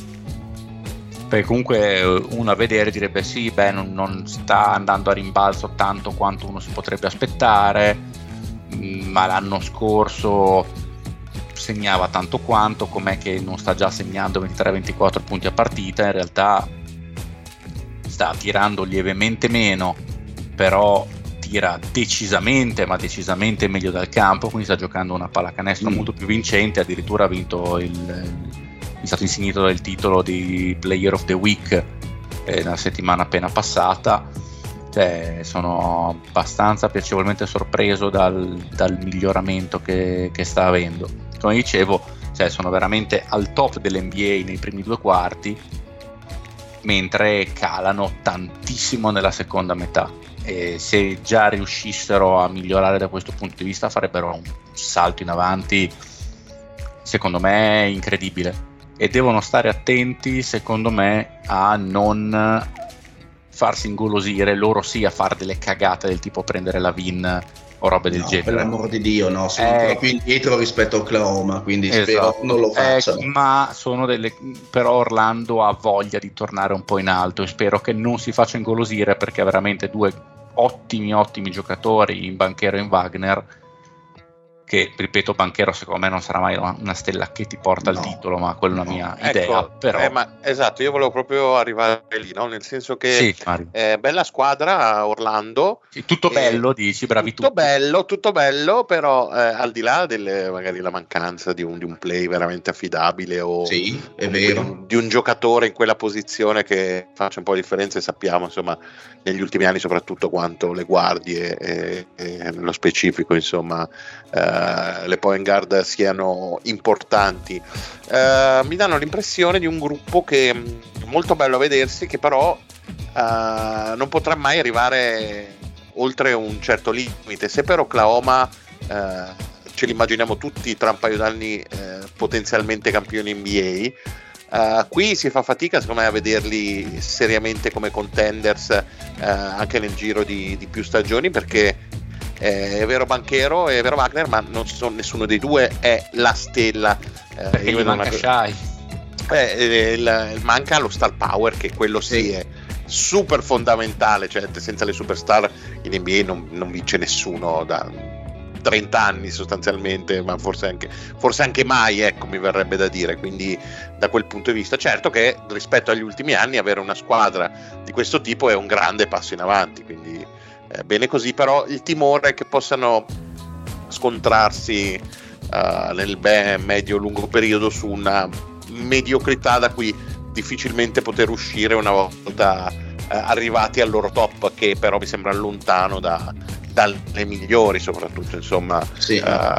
perché comunque uno a vedere direbbe sì, non sta andando a rimbalzo tanto quanto uno si potrebbe aspettare, ma l'anno scorso segnava tanto quanto, com'è che non sta già segnando 23-24 punti a partita? In realtà sta tirando lievemente meno, però tira decisamente meglio dal campo, quindi sta giocando una pallacanestro molto più vincente. Addirittura ha vinto è stato insignito del titolo di Player of the Week la settimana appena passata. Cioè, sono abbastanza piacevolmente sorpreso dal miglioramento che sta avendo. Come dicevo, cioè, sono veramente al top dell'NBA nei primi due quarti, mentre calano tantissimo nella seconda metà, e se già riuscissero a migliorare da questo punto di vista farebbero un salto in avanti, secondo me, incredibile. E devono stare attenti, secondo me, a non farsi ingolosire loro, sì, a fare delle cagate del tipo prendere la VIN o robe del genere. Per l'amor di Dio, no, sono troppo indietro rispetto a Oklahoma, quindi spero non lo facciano. Ma sono però Orlando ha voglia di tornare un po' in alto e spero che non si faccia ingolosire, perché ha veramente due ottimi giocatori in Banchero e in Wagner, che, ripeto, Banchero secondo me non sarà mai una stella che ti porta al titolo, ma quella è una mia idea. Però... ma esatto, io volevo proprio arrivare lì, no? Nel senso che sì, bella squadra Orlando. Sì, tutto bello, dici, bravi tutto tutti. Tutto bello, però al di là delle magari la mancanza di un play veramente affidabile o sì, è vero. Di un giocatore in quella posizione che faccia un po' di differenza, e sappiamo insomma negli ultimi anni soprattutto quanto le guardie e nello specifico insomma le point guard siano importanti. Mi danno l'impressione di un gruppo che è molto bello a vedersi, che però non potrà mai arrivare oltre un certo limite. Se per Oklahoma ce li immaginiamo tutti tra un paio d'anni potenzialmente campioni NBA, qui si fa fatica secondo me a vederli seriamente come contenders anche nel giro di più stagioni, perché è vero Banchero, è vero Wagner, ma nessuno dei due è la stella. Perché gli manca Shai. Manca lo star power, che quello sì è super fondamentale, cioè senza le superstar in NBA non vince nessuno da 30 anni sostanzialmente, ma forse anche mai, ecco, mi verrebbe da dire. Quindi da quel punto di vista, certo che rispetto agli ultimi anni avere una squadra di questo tipo è un grande passo in avanti, quindi bene così. Però il timore è che possano scontrarsi nel medio-lungo periodo su una mediocrità da cui difficilmente poter uscire una volta arrivati al loro top, che però mi sembra lontano dalle migliori, soprattutto insomma. Sì,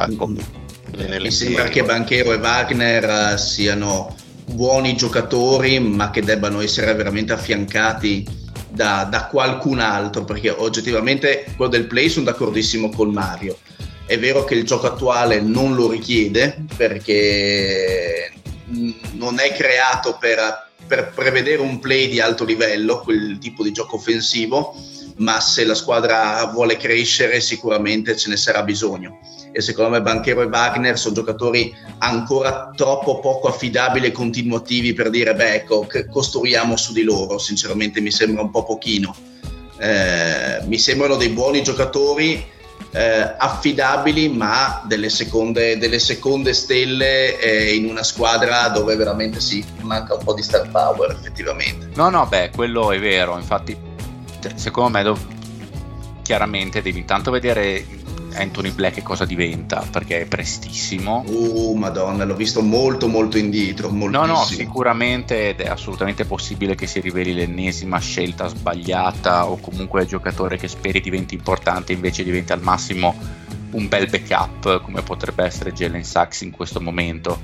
mi sembra che Banchero e Wagner siano buoni giocatori, ma che debbano essere veramente affiancati da qualcun altro, perché oggettivamente quello del play sono d'accordissimo con Mario. È vero che il gioco attuale non lo richiede, perché non è creato per prevedere un play di alto livello, quel tipo di gioco offensivo, ma se la squadra vuole crescere sicuramente ce ne sarà bisogno. E secondo me Banchero e Wagner sono giocatori ancora troppo poco affidabili e continuativi per dire ecco, costruiamo su di loro. Sinceramente mi sembra un po' pochino. Mi sembrano dei buoni giocatori, affidabili, ma delle seconde stelle in una squadra dove veramente manca un po' di star power effettivamente. No, quello è vero. Infatti secondo me chiaramente devi intanto vedere Anthony Black che cosa diventa, perché è prestissimo. Madonna, l'ho visto molto molto indietro, moltissimo. No, sicuramente, ed è assolutamente possibile che si riveli l'ennesima scelta sbagliata, o comunque il giocatore che speri diventi importante invece diventa al massimo un bel backup, come potrebbe essere Jalen Sachs in questo momento.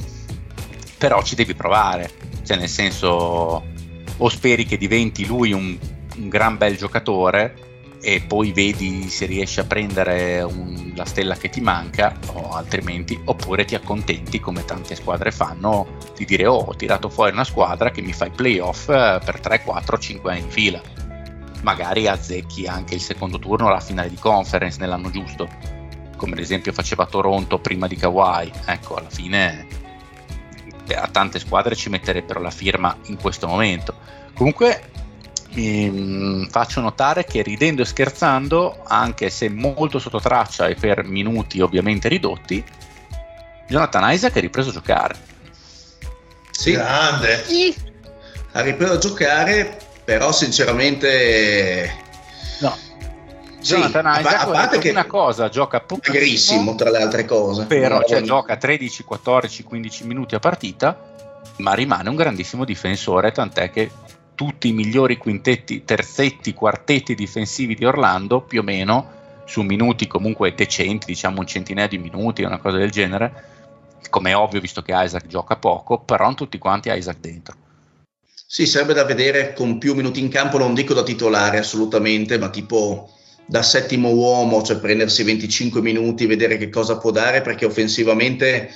Però ci devi provare, cioè nel senso, o speri che diventi lui un gran bel giocatore e poi vedi se riesci a prendere la stella che ti manca, o altrimenti, oppure ti accontenti, come tante squadre fanno, di dire ho tirato fuori una squadra che mi fa i playoff per 3, 4, 5 anni in fila. Magari azzecchi anche il secondo turno o la finale di conference nell'anno giusto, come ad esempio faceva Toronto prima di Kawhi. Ecco, alla fine a tante squadre ci metterebbero la firma in questo momento. Comunque faccio notare che, ridendo e scherzando, anche se molto sotto traccia e per minuti ovviamente ridotti, Jonathan Isaac ha ripreso a giocare. Sì, grande. Ha ripreso a giocare, però sinceramente no. Jonathan Isaac, a parte che una cosa, gioca pochissimo tra le altre cose, però gioca 13, 14, 15 minuti a partita, ma rimane un grandissimo difensore, tant'è che tutti i migliori quintetti, terzetti, quartetti difensivi di Orlando, più o meno su minuti comunque decenti, diciamo un centinaio di minuti, una cosa del genere, come è ovvio visto che Isaac gioca poco, però non tutti quanti Isaac dentro. Sì, sarebbe da vedere con più minuti in campo, non dico da titolare assolutamente, ma tipo da settimo uomo, cioè prendersi 25 minuti, vedere che cosa può dare, perché offensivamente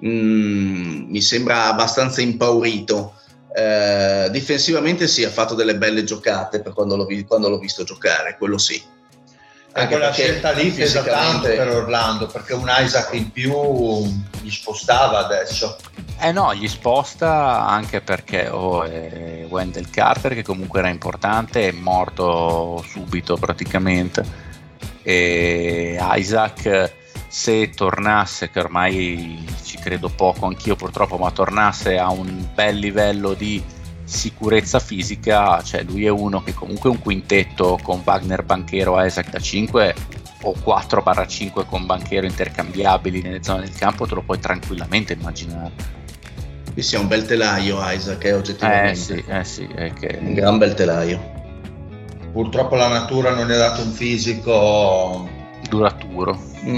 mi sembra abbastanza impaurito. Difensivamente sì, ha fatto delle belle giocate per quando l'ho visto giocare, quello sì. Anche quella scelta lì pesa tanto per Orlando, perché un Isaac in più gli spostava adesso. No, gli sposta anche perché Wendell Carter, che comunque era importante, è morto subito praticamente, e Isaac se tornasse, che ormai ci credo poco anch'io purtroppo, ma tornasse a un bel livello di sicurezza fisica, cioè lui è uno che comunque un quintetto con Wagner, Banchero, Isaac da 5 o 4/5 con Banchero intercambiabili nelle zone del campo te lo puoi tranquillamente immaginare. Qui sia un bel telaio Isaac, oggettivamente. Sì, è che... un gran bel telaio. Purtroppo la natura non gli ha dato un fisico duraturo.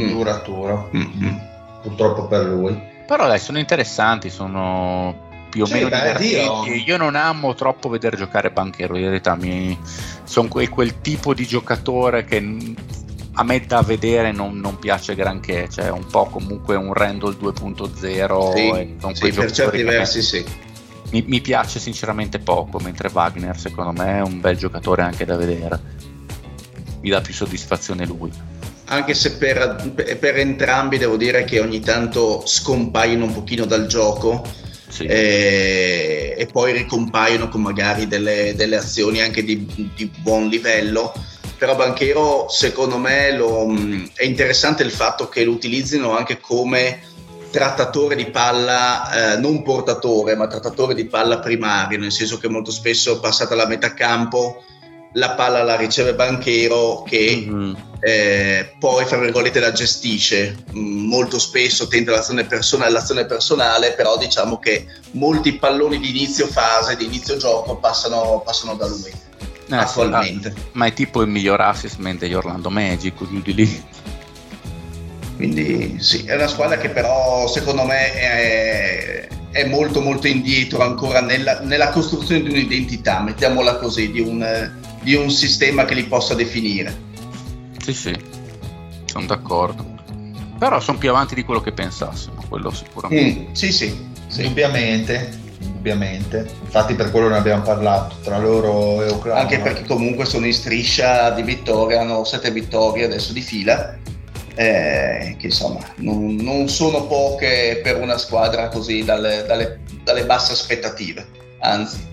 Purtroppo per lui. Però dai, sono interessanti, sono più o meno divertenti. Io non amo troppo vedere giocare Banchero, in realtà sono quel tipo di giocatore che a me da vedere non piace granché, cioè un po' comunque un Randall 2.0. Sì, per certi versi sì. Mi piace sinceramente poco, mentre Wagner secondo me è un bel giocatore anche da vedere, mi dà più soddisfazione lui. Anche se per entrambi devo dire che ogni tanto scompaiono un pochino dal gioco, sì. E poi ricompaiono con magari delle azioni anche di buon livello. Però Banchero secondo me è interessante il fatto che lo utilizzino anche come trattatore di palla, non portatore ma trattatore di palla primario, nel senso che molto spesso passata la metà campo la palla la riceve Banchero che poi fra virgolette la gestisce, molto spesso tenta l'azione personale, però diciamo che molti palloni di inizio fase, di inizio gioco passano da lui attualmente. Ma è tipo il miglior assist man degli Orlando Magic, di lì. Quindi sì, è una squadra che però secondo me è molto molto indietro ancora nella costruzione di un'identità, mettiamola così, di un sistema che li possa definire. Sì, sono d'accordo. Però sono più avanti di quello che pensassimo, quello sicuramente. Sì, indubbiamente. Infatti per quello ne abbiamo parlato tra loro e Oklahoma. Anche perché comunque sono in striscia di vittorie, hanno 7 vittorie adesso di fila, che insomma non sono poche per una squadra così dalle basse aspettative, anzi.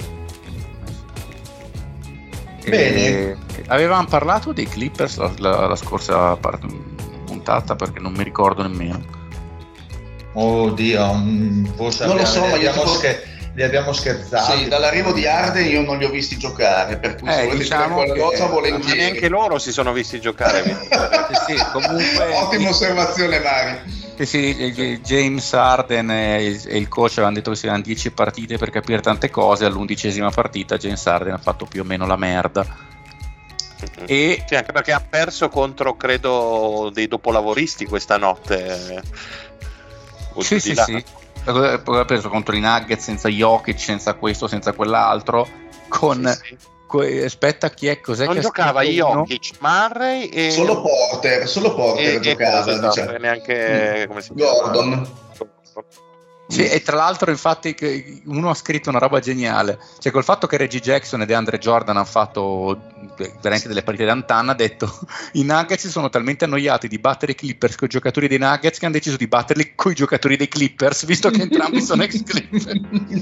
Bene. Avevamo parlato dei Clippers la scorsa puntata, perché non mi ricordo nemmeno. Oddio, forse non lo so, ma li abbiamo scherzati. Sì, dall'arrivo di Harden io non li ho visti giocare, per cui se volete diciamo qualcosa volentieri. Ma neanche loro si sono visti giocare. Sì, comunque. Ottima osservazione, Mario. Sì, James Harden e il coach avevano detto che si erano 10 partite per capire tante cose. All'11ª partita James Harden ha fatto più o meno la merda. E sì, anche perché ha perso contro, credo, dei dopolavoristi questa notte. Sì. Poi ha preso contro i Nuggets senza Jokic, senza questo, senza quell'altro. Aspetta, cos'è non che giocava Jokic, Murray e solo Porter giocava, diciamo. Neanche come si chiama? Gordon. Sì, e tra l'altro infatti uno ha scritto una roba geniale, cioè col fatto che Reggie Jackson e DeAndre Jordan hanno fatto veramente delle partite d'antan, ha detto i Nuggets sono talmente annoiati di battere i Clippers con i giocatori dei Nuggets che hanno deciso di batterli con i giocatori dei Clippers, visto che entrambi sono ex Clippers.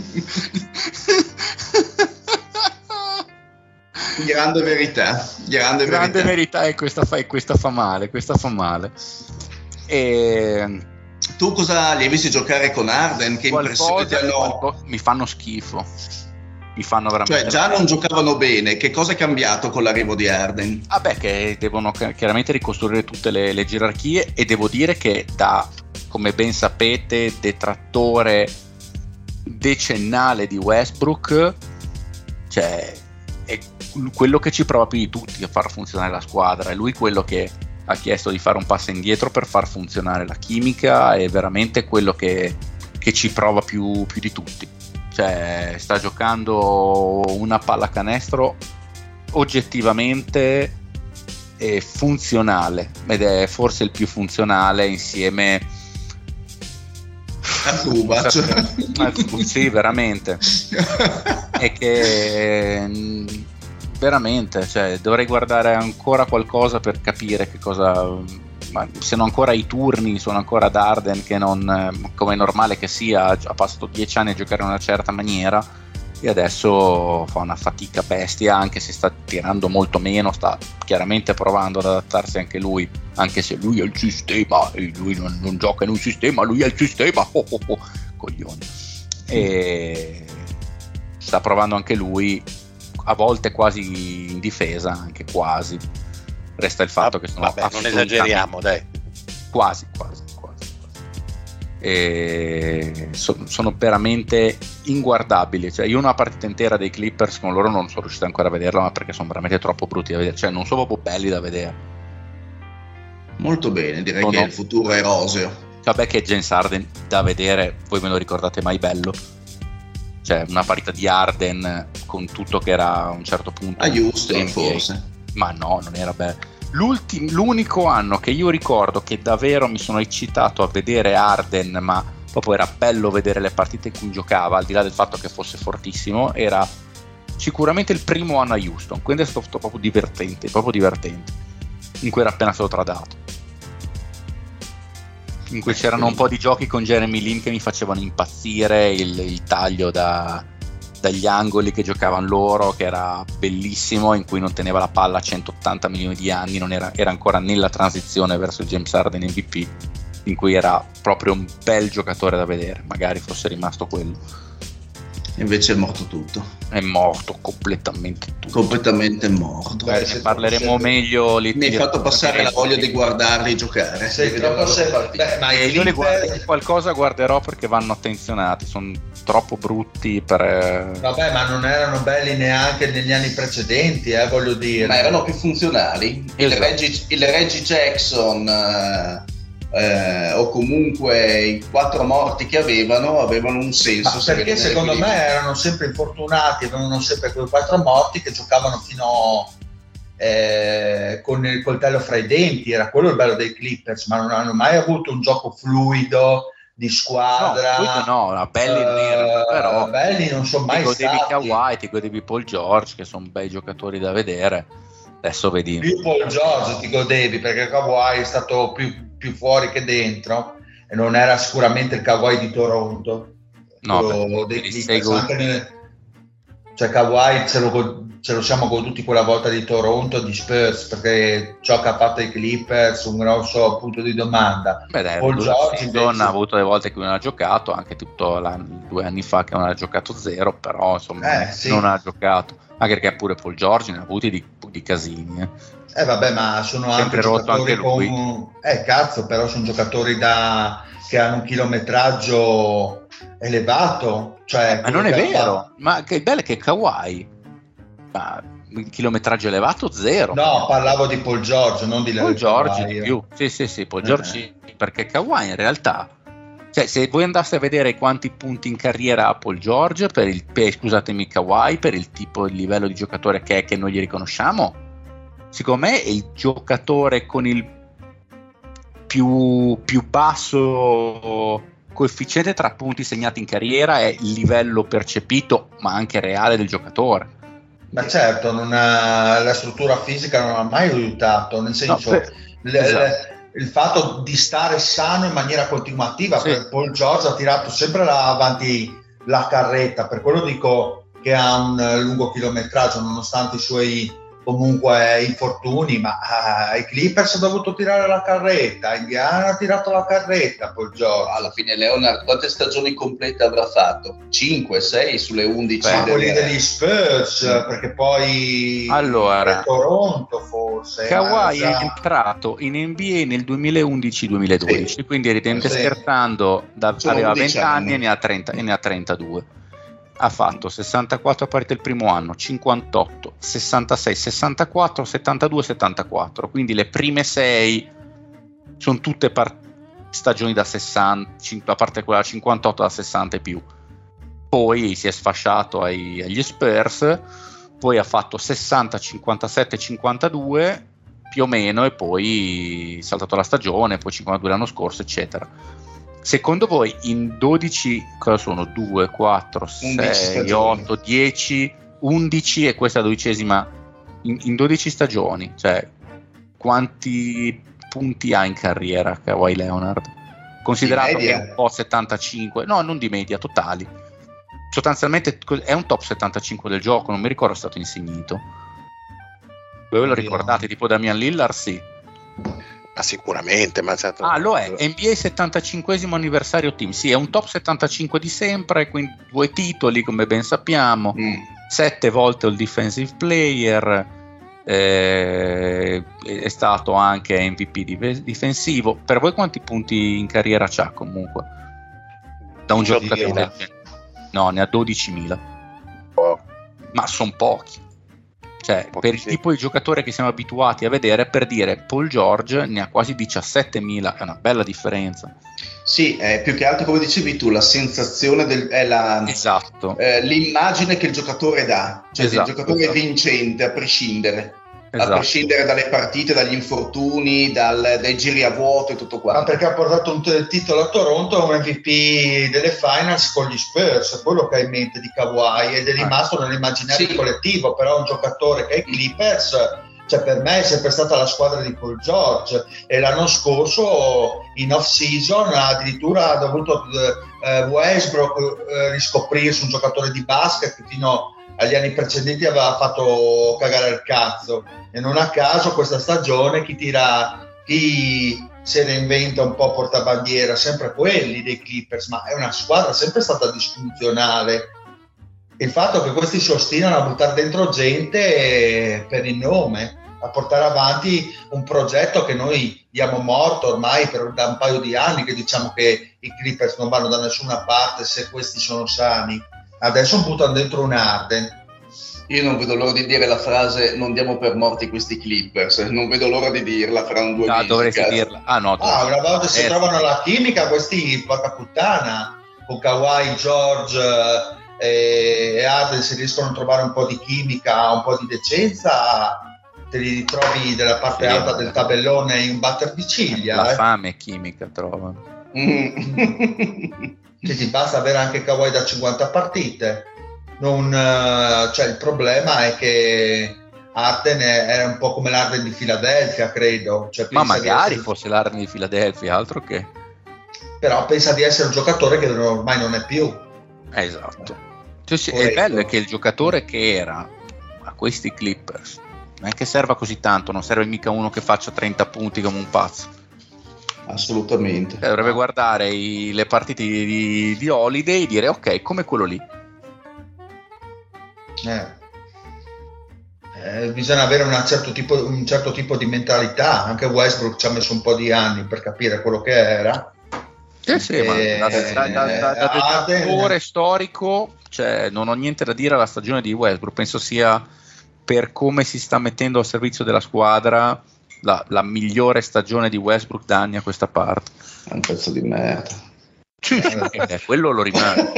Grande verità, e questa fa male. E tu cosa li hai visti giocare con Harden? Che impressione ti hanno? Mi fanno schifo. Mi fanno veramente. Cioè, già non giocavano bene. Che cosa è cambiato con l'arrivo di Harden? Che devono chiaramente ricostruire tutte le gerarchie, e devo dire che come ben sapete, detrattore decennale di Westbrook, cioè è quello che ci prova più di tutti a far funzionare la squadra. È lui quello che ha chiesto di fare un passo indietro per far funzionare la chimica, è veramente quello che ci prova più di tutti. Cioè sta giocando una pallacanestro oggettivamente funzionale, ed è forse il più funzionale insieme a Zubac. Sì, veramente. È che veramente, cioè, dovrei guardare ancora qualcosa per capire che cosa, ma siano ancora i turni, sono ancora ad Harden che non, come è normale che sia, ha passato 10 anni a giocare in una certa maniera, e adesso fa una fatica bestia, anche se sta tirando molto meno, sta chiaramente provando ad adattarsi anche lui, anche se lui è il sistema e lui non gioca in un sistema, lui è il sistema, coglioni. E sta provando anche lui, a volte quasi in difesa, anche quasi. Resta il fatto che sono non esageriamo, dai. Quasi. E sono veramente inguardabili, cioè io una partita intera dei Clippers con loro non sono riuscito ancora a vederla, ma perché sono veramente troppo brutti da vedere, cioè non sono proprio belli da vedere. Molto bene, direi che il futuro è roseo. Vabbè che James Harden da vedere, voi me lo ricordate mai bello? Cioè una partita di Harden con tutto che era a un certo punto a Houston forse, ma no, non era bello. L'unico anno che io ricordo che davvero mi sono eccitato a vedere Harden, ma proprio era bello vedere le partite in cui giocava, al di là del fatto che fosse fortissimo, era sicuramente il primo anno a Houston, quindi è stato proprio divertente, in cui era appena stato tradato, in cui c'erano un po' di giochi con Jeremy Lin che mi facevano impazzire, il taglio dagli angoli che giocavano loro, che era bellissimo, in cui non teneva la palla a 180 milioni di anni, era ancora nella transizione verso il James Harden MVP, in cui era proprio un bel giocatore da vedere, magari fosse rimasto quello. Invece è morto tutto. È morto completamente tutto. Completamente morto. Beh, ne parleremo meglio. Mi hai fatto passare la voglia di guardarli giocare. Ma io li guardo, qualcosa guarderò perché vanno attenzionati, sono troppo brutti per... Vabbè, ma non erano belli neanche negli anni precedenti, voglio dire. Ma erano più funzionali. Esatto. Il Reggie Jackson... o comunque i 4 morti che avevano un senso. Ma perché secondo me erano sempre infortunati, avevano sempre quei 4 morti che giocavano fino con il coltello fra i denti, era quello il bello dei Clippers, ma non hanno mai avuto un gioco fluido di squadra. No, belli non erano, però belli non sono mai stati. Ti godevi Kawhi, ti godevi Paul George, che sono bei giocatori da vedere. Adesso vedi. Più Paul George ti godevi, perché Kawhi è stato più fuori che dentro e non era sicuramente il Kawhi di Toronto. No, dei Clippers, cioè Kawhi ce lo siamo goduti quella volta di Toronto, di Spurs, perché ciò che ha fatto i Clippers un grosso punto di domanda. Paul George invece... ha avuto le volte che non ha giocato, anche tutto 2 anni fa che non ha giocato 0, però insomma non ha giocato, anche perché pure Paul George ne ha avuti di casini. Vabbè, ma sono sempre anche giocatori però sono giocatori che hanno un chilometraggio elevato, cioè, ma non è vero, ma che bello che Kawhi, ma il chilometraggio elevato 0. No, parlavo di Paul George, non di Paul George di più. Sì, Paul George, perché Kawhi in realtà, cioè, se voi andaste a vedere quanti punti in carriera ha Paul George scusatemi, Kawhi, per il tipo di livello di giocatore che noi gli riconosciamo, secondo me è il giocatore con il più basso coefficiente tra punti segnati in carriera è il livello percepito ma anche reale del giocatore. Ma certo, la struttura fisica non ha mai aiutato, nel senso il fatto di stare sano in maniera continuativa. Sì. Per Paul George ha tirato sempre avanti la carretta, per quello dico che ha un lungo chilometraggio nonostante i suoi comunque infortuni, ma i Clippers hanno dovuto tirare la carretta, Indiana ha tirato la carretta, Paul George. Alla fine Leonard quante stagioni complete avrà fatto? 5, 6 sulle 11 quelli degli Spurs, perché poi allora Toronto forse Kawhi è entrato in NBA nel 2011-2012, quindi evidentemente scherzando aveva 20 anni e ne ha 32. Ha fatto 64 partite il primo anno, 58, 66, 64, 72, 74. Quindi le prime 6 sono tutte stagioni da 60, a parte quella 58 da 60 e più. Poi si è sfasciato agli Spurs, poi ha fatto 60, 57, 52 più o meno, e poi saltato la stagione, poi 52 l'anno scorso, eccetera. Secondo voi in 12 cosa sono? 2, 4, 6, 8, 10, 11 e questa 12ª in 12 stagioni, cioè quanti punti ha in carriera Kawhi Leonard? Considerato che è un po' 75, no, non di media, totali. sostanzialmente è un top 75 del gioco, non mi ricordo è stato insignito. Voi lo ricordate? Tipo Damian Lillard, sì. Ma sicuramente, ma certo. Lo è, NBA 75esimo anniversario team, sì, è un top 75 di sempre, quindi 2 titoli come ben sappiamo, 7 volte il defensive player, è stato anche MVP difensivo. Per voi quanti punti in carriera c'ha comunque? Da un giocatore? No, ne ha 12.000. Ma sono pochi. Cioè, per il tipo di giocatore che siamo abituati a vedere, per dire, Paul George ne ha quasi 17.000, è una bella differenza. Sì, più che altro come dicevi tu, la sensazione esatto. L'immagine che il giocatore dà, cioè il giocatore vincente a prescindere. Esatto. A prescindere dalle partite, dagli infortuni, dai giri a vuoto e tutto qua. Ma perché ha portato un titolo a Toronto, un MVP delle finals con gli Spurs, è quello che ha in mente di Kawhi ed è rimasto nell'immaginario collettivo. Però un giocatore che è Clippers, cioè per me è sempre stata la squadra di Paul George, e l'anno scorso in off season addirittura ha dovuto Westbrook riscoprirsi un giocatore di basket che fino agli anni precedenti aveva fatto cagare il cazzo, e non a caso questa stagione chi se ne inventa un po' portabandiera, sempre quelli dei Clippers, ma è una squadra sempre stata disfunzionale. Il fatto che questi si ostinano a buttare dentro gente per il nome, a portare avanti un progetto che noi diamo morto ormai da un paio di anni, che diciamo che i Clippers non vanno da nessuna parte se questi sono sani. Adesso buttano dentro un Harden. Io non vedo l'ora di dire la frase "non diamo per morti questi Clippers", non vedo l'ora di dirla fra un 2 mesi. Dovresti dirla. Una volta si trovano la chimica questi, porca puttana, con Kawhi, George e Harden, se riescono a trovare un po' di chimica, un po' di decenza, te li ritrovi dalla parte alta del tabellone in un batter di ciglia. La fame chimica trova. Che ti basta avere anche Kawhi da 50 partite. Cioè il problema è che Harden era un po' come l'Harden di Filadelfia, credo. Cioè, ma magari fosse l'Harden di Filadelfia, altro che. Però pensa di essere un giocatore che ormai non è più. Esatto. Cioè, è bello che il giocatore che era a questi Clippers non è che serva così tanto, non serve mica uno che faccia 30 punti come un pazzo. Assolutamente. Dovrebbe guardare le partite di Holiday e dire ok, come quello lì. Bisogna avere un certo tipo di mentalità. Anche Westbrook ci ha messo un po' di anni per capire quello che era. Sì, ma da giocatore storico, cioè, non ho niente da dire alla stagione di Westbrook. Penso sia, per come si sta mettendo al servizio della squadra, la migliore stagione di Westbrook da anni a questa parte. È un pezzo di merda. Quello lo rimane.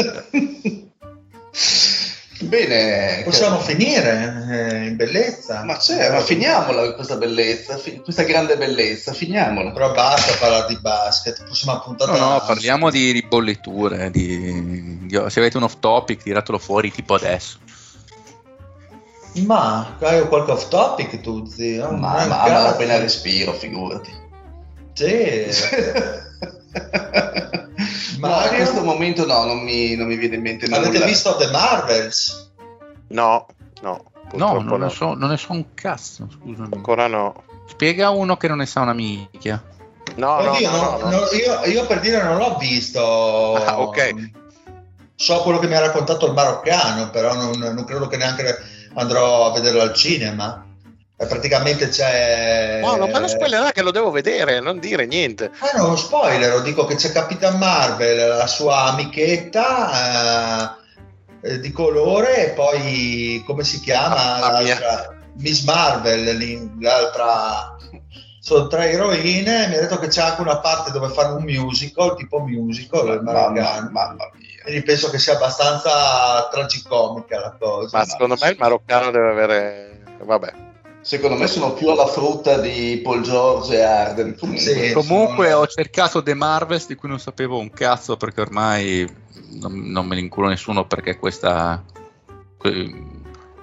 Bene, possiamo finire in bellezza. Ma finiamola questa bellezza, questa grande bellezza, finiamola. Però basta parlare di basket, prossima puntata. No, parliamo di bolletture, se avete un off topic tiratelo fuori tipo adesso. Ma hai qualche off topic tu, zio? Ma appena respiro, figurati. Sì. Ma in questo momento non mi viene in mente nulla. Avete visto The Marvels? No, non ne so un cazzo, scusami. Ancora no. Spiega uno che non ne sa una minchia. No. Io per dire non l'ho visto. Ok. So quello che mi ha raccontato il maroccano, però non credo che neanche andrò a vederlo al cinema. Praticamente c'è. No, non me lo spoilerà che lo devo vedere, non dire niente. Non spoiler, dico che c'è Capitan Marvel, la sua amichetta di colore, e poi come si chiama? Miss Marvel, l'altra. Sono 3 eroine. Mi ha detto che c'è anche una parte dove fanno un musical, tipo musical, mamma mia. Quindi penso che sia abbastanza tragicomica la cosa. Ma secondo me il maroccano deve avere. Vabbè. Secondo me sono più alla frutta di Paul George e Harden. Comunque ho cercato The Marvels, di cui non sapevo un cazzo, perché ormai non me ne inculo nessuno, perché questa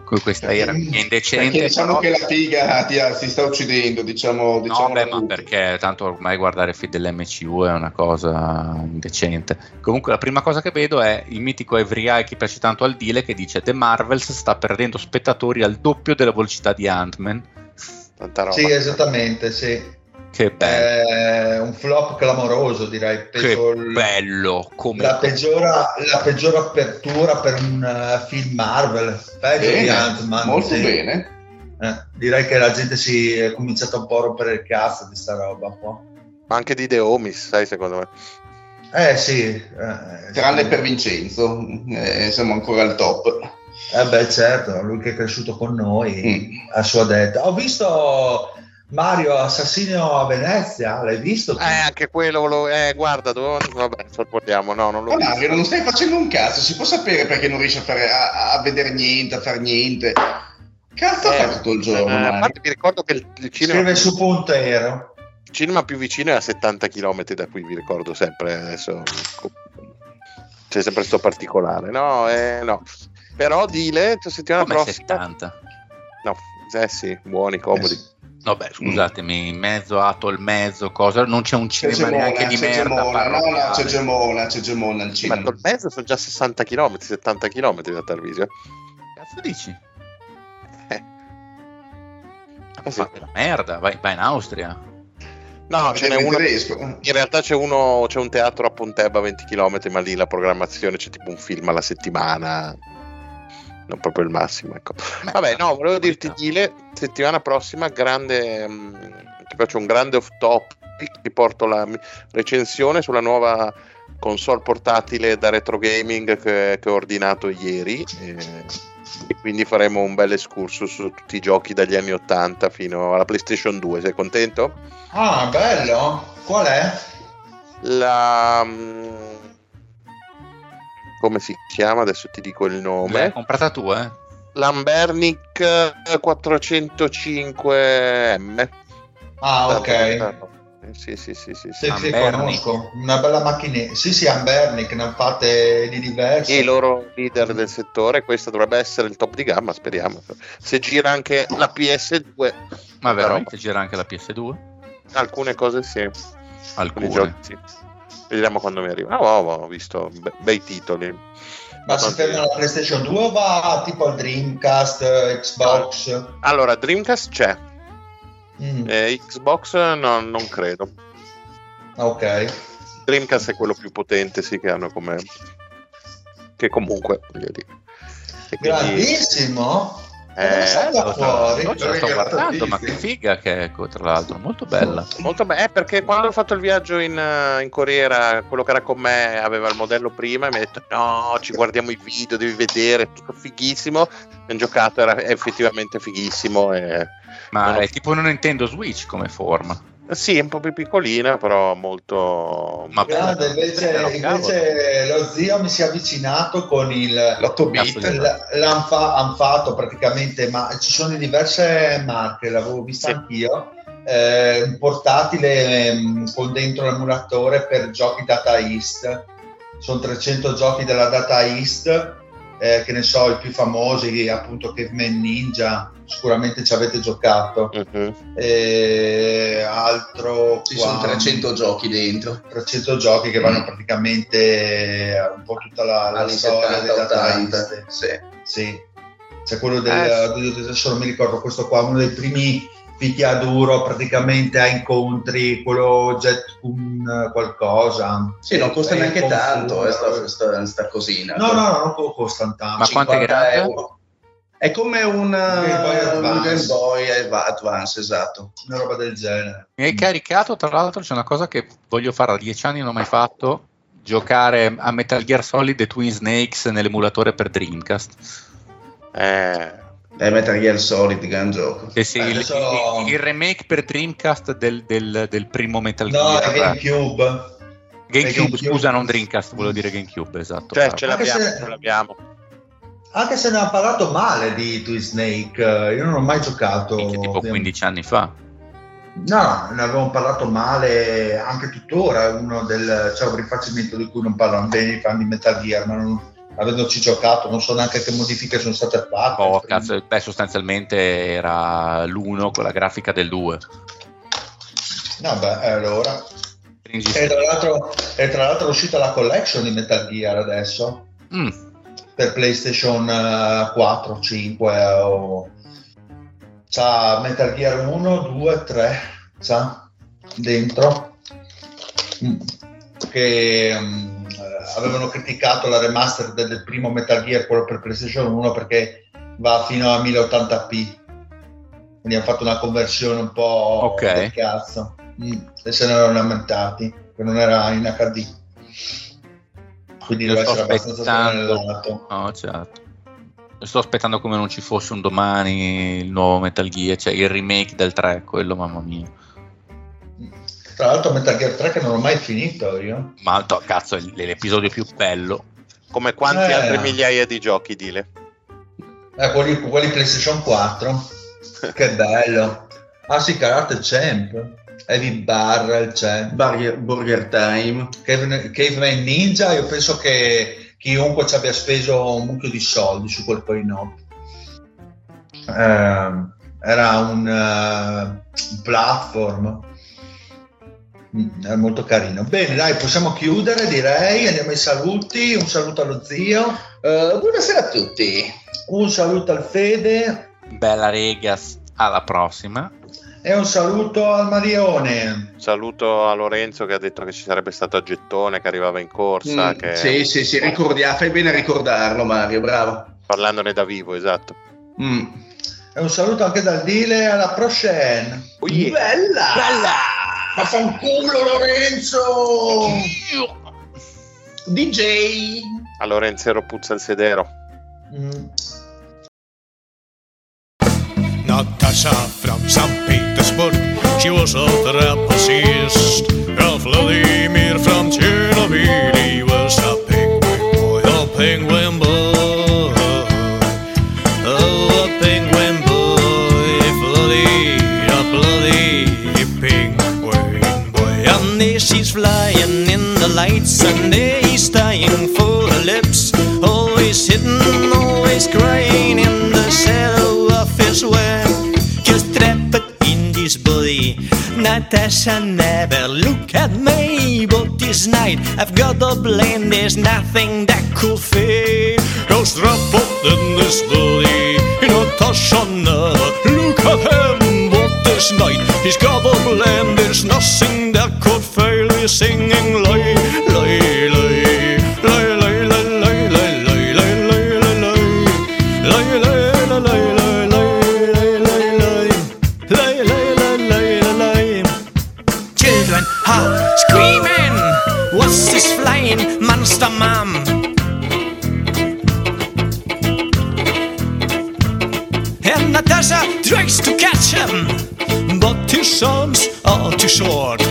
con questa ironia indecente. Perché diciamo che la figa si sta uccidendo, diciamo ma perché tanto ormai guardare feed dell'MCU è una cosa indecente. Comunque la prima cosa che vedo è il mitico Evriai che piace tanto al Dile, che dice The Marvels sta perdendo spettatori al doppio della velocità di Ant-Man. Tanta roba. Sì, esattamente, sì. Che bello. È un flop clamoroso, direi. Che bello. La peggiore apertura per un film Marvel. Peggio di Ant-Man. Molto bene. Direi che la gente si è cominciata un po' a rompere il cazzo di sta roba un po'. Ma anche di The Homies, sai, secondo me. Sì. Tranne per Vincenzo, siamo ancora al top. Certo, lui che è cresciuto con noi, a sua detta. Ho visto Mario Assassino a Venezia, l'hai visto? Anche quello, guarda, vabbè, sorportiamo, no, non lo vedo. Mario, non stai facendo un cazzo, si può sapere perché non riesci a vedere niente, a fare niente. Cazzo ha fatto tutto il giorno, a parte mi ricordo che il cinema... Scrive su Pontero. Il cinema più vicino è a 70 km da qui, vi ricordo sempre, adesso c'è sempre sto particolare, no. Però Dile, settimana come prossima 70? No, sì, buoni, comodi. No, beh, scusatemi, in mezzo a Tolmezzo, cosa? Non c'è un cinema neanche di merda. No, c'è Gemona il cinema. Ma Tolmezzo sono già 60 km, 70 km da Tarvisio. Cazzo dici? Sì. Ma merda, vai in Austria. No, ce n'è uno. In realtà c'è un teatro a Pontebba a 20 km, ma lì la programmazione c'è tipo un film alla settimana. Non proprio il massimo, ecco. Vabbè, no, volevo dirti, Dile, settimana prossima ti faccio un grande off topic, ti porto la recensione sulla nuova console portatile da retro gaming che ho ordinato ieri, e quindi faremo un bel excursus su tutti i giochi dagli anni 80 fino alla PlayStation 2. Sei contento? Ah, bello! Qual è? Come si chiama? Adesso ti dico il nome. L'hai comprata tu, Lambernic 405M. Ah, ok. Sì. Sì, conosco. Una bella macchina. Sì, Ambernic, ne hanno fatte di diverse. E i loro leader del settore, questo dovrebbe essere il top di gamma, speriamo. Se gira anche la PS2. Ma veramente gira anche la PS2? Alcune cose sì. Alcuni giochi sì. Vediamo quando mi arriva. Ho visto bei titoli. Ma si ferma la PlayStation 2 o va tipo al Dreamcast, Xbox? No. Allora, Dreamcast c'è. Xbox non credo. Ok. Dreamcast è quello più potente, sì, che hanno come... Che comunque, voglio dire. Grandissimo! Lo sto guardando, ma che figa che è, tra l'altro, molto bella. Perché quando ho fatto il viaggio in Corea, quello che era con me aveva il modello prima e mi ha detto no, ci guardiamo i video, devi vedere, tutto fighissimo. Ho giocato, era effettivamente fighissimo. Ma è tipo un Nintendo Switch come forma. Sì, è un po' più piccolina, però molto... Ma grande, invece lo zio mi si è avvicinato con il l'8-bit. L'hanno fatto praticamente, ma ci sono diverse marche, l'avevo vista anch'io. Un portatile con dentro l'emulatore per giochi Data East. Sono 300 giochi della Data East. Che ne so, i più famosi, appunto Caveman Ninja, sicuramente ci avete giocato. Altro ci sono 300 giochi dentro, 300 giochi che vanno praticamente un po' tutta la storia della 80. Sì. C'è quello adesso non mi ricordo, questo qua, uno dei primi picchiaduro praticamente a incontri, quello Jet qualcosa. Sì, non costa neanche tanto sta cosina. No, non costa tanto. Ma quanto è grande? È come un Game Boy Advance, esatto. Una roba del genere. Mi hai caricato, tra l'altro c'è una cosa che voglio fare da 10 anni, non ho mai fatto, giocare a Metal Gear Solid e Twin Snakes nell'emulatore per Dreamcast. Metal Gear Solid, gran gioco. Il remake per Dreamcast del primo Metal Gear. No, è GameCube. Scusa, non Dreamcast, volevo dire GameCube, esatto. Cioè, ce l'abbiamo. Anche se ne ha parlato male di Twin Snake, io non ho mai giocato. Tipo 15 anni fa. No, ne avevamo parlato male anche tuttora. C'è un rifacimento di cui non parlano bene i fan di Metal Gear, ma non avendoci giocato, non so neanche che modifiche sono state fatte. Cazzo, sostanzialmente era l'1 con la grafica del 2. Vabbè, allora. E tra l'altro è uscita la collection di Metal Gear adesso per PlayStation 4, 5 o... c'ha Metal Gear 1, 2, 3 c'ha dentro che avevano criticato la remaster del primo Metal Gear, quello per PlayStation 1, perché va fino a 1080p, quindi hanno fatto una conversione un po' del cazzo e se ne erano lamentati che non era in HD, quindi deve essere abbastanza tranellato. No, certo. Sto aspettando come non ci fosse un domani il nuovo Metal Gear, cioè il remake del 3, quello, mamma mia. Tra l'altro Metal Gear 3 che non ho mai finito io. Ma cazzo, è l'episodio più bello. Come quanti altri migliaia di giochi, dile. Quelli PlayStation 4. Che bello. Ah sì, Karate Champ. Heavy Barrel c'è. Burger Time. Caveman Ninja, io penso che chiunque ci abbia speso un mucchio di soldi su quel coin-op. Era un platform. È molto carino. Bene, dai, possiamo chiudere, direi. Andiamo ai saluti. Un saluto allo zio. Buonasera a tutti. Un saluto al Fede. Bella Regas, alla prossima. E un saluto al Marione. Saluto a Lorenzo che ha detto che ci sarebbe stato a gettone, che arrivava in corsa. Sì, ricordia, fai bene a ricordarlo, Mario, bravo. Parlandone da vivo, esatto. E un saluto anche dal Dile, alla prochaine. Oh yeah. Bella! Ma fa un culo Lorenzo! DJ! A Lorenzero puzza il sedero. Natasha from St. Petersburg, she was a trapezist. Ralph Vladimir from Chernobyl, he was a penguin boy, a penguin boy. Oh, a penguin boy, a bloody penguin boy. And there she's flying in the lights, and there he's dying for her lips. Always hidden, always crying in the shadow of his web. Just trapped in this body. Natasha never look at me, but this night I've got the blame. There's nothing that could fail. Just trapped in this body. Natasha never look at him, but this night he's got the blame. There's nothing that could fail. He's singing lay, lay, lay, lay, lay, lay, lay, lay, lay, lay, lay, lay, lay, lay. Children are screaming, what's this flying monster, mom? And Natasha tries to catch him, but his arms are too short.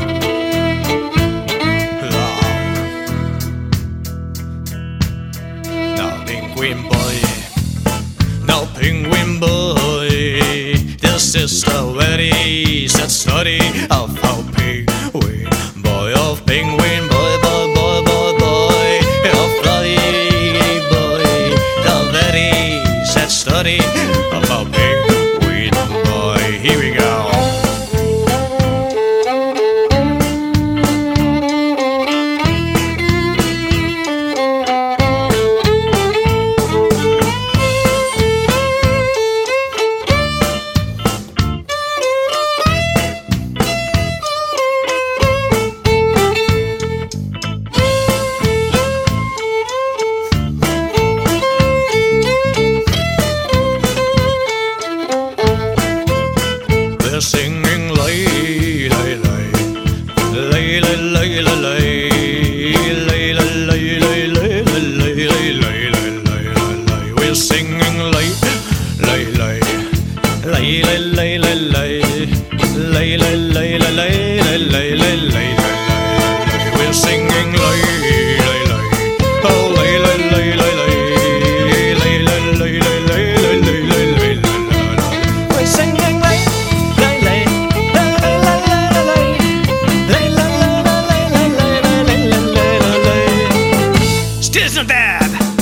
Now penguin boy, now penguin boy, this is the very sad story of how penguin boy, of penguin boy, boy, boy, boy, boy, of bloody boy, the very sad story of how penguin boy. Here we go. They're singing lay, lay, lay, lay, lay, lay, lay, lay, lay, lay, lay, lay, lay, lay, lay. We're singing lay, lay, lay, lay, lay, lay, lay, lay, lay, lay, lay, lay, lay, lay, lay, lay. We're singing lay, lay, lay, oh lay, lay, lay, lay, lay, lay, lay, lay, lay, lay, lay, lay. We're singing lay. Isn't that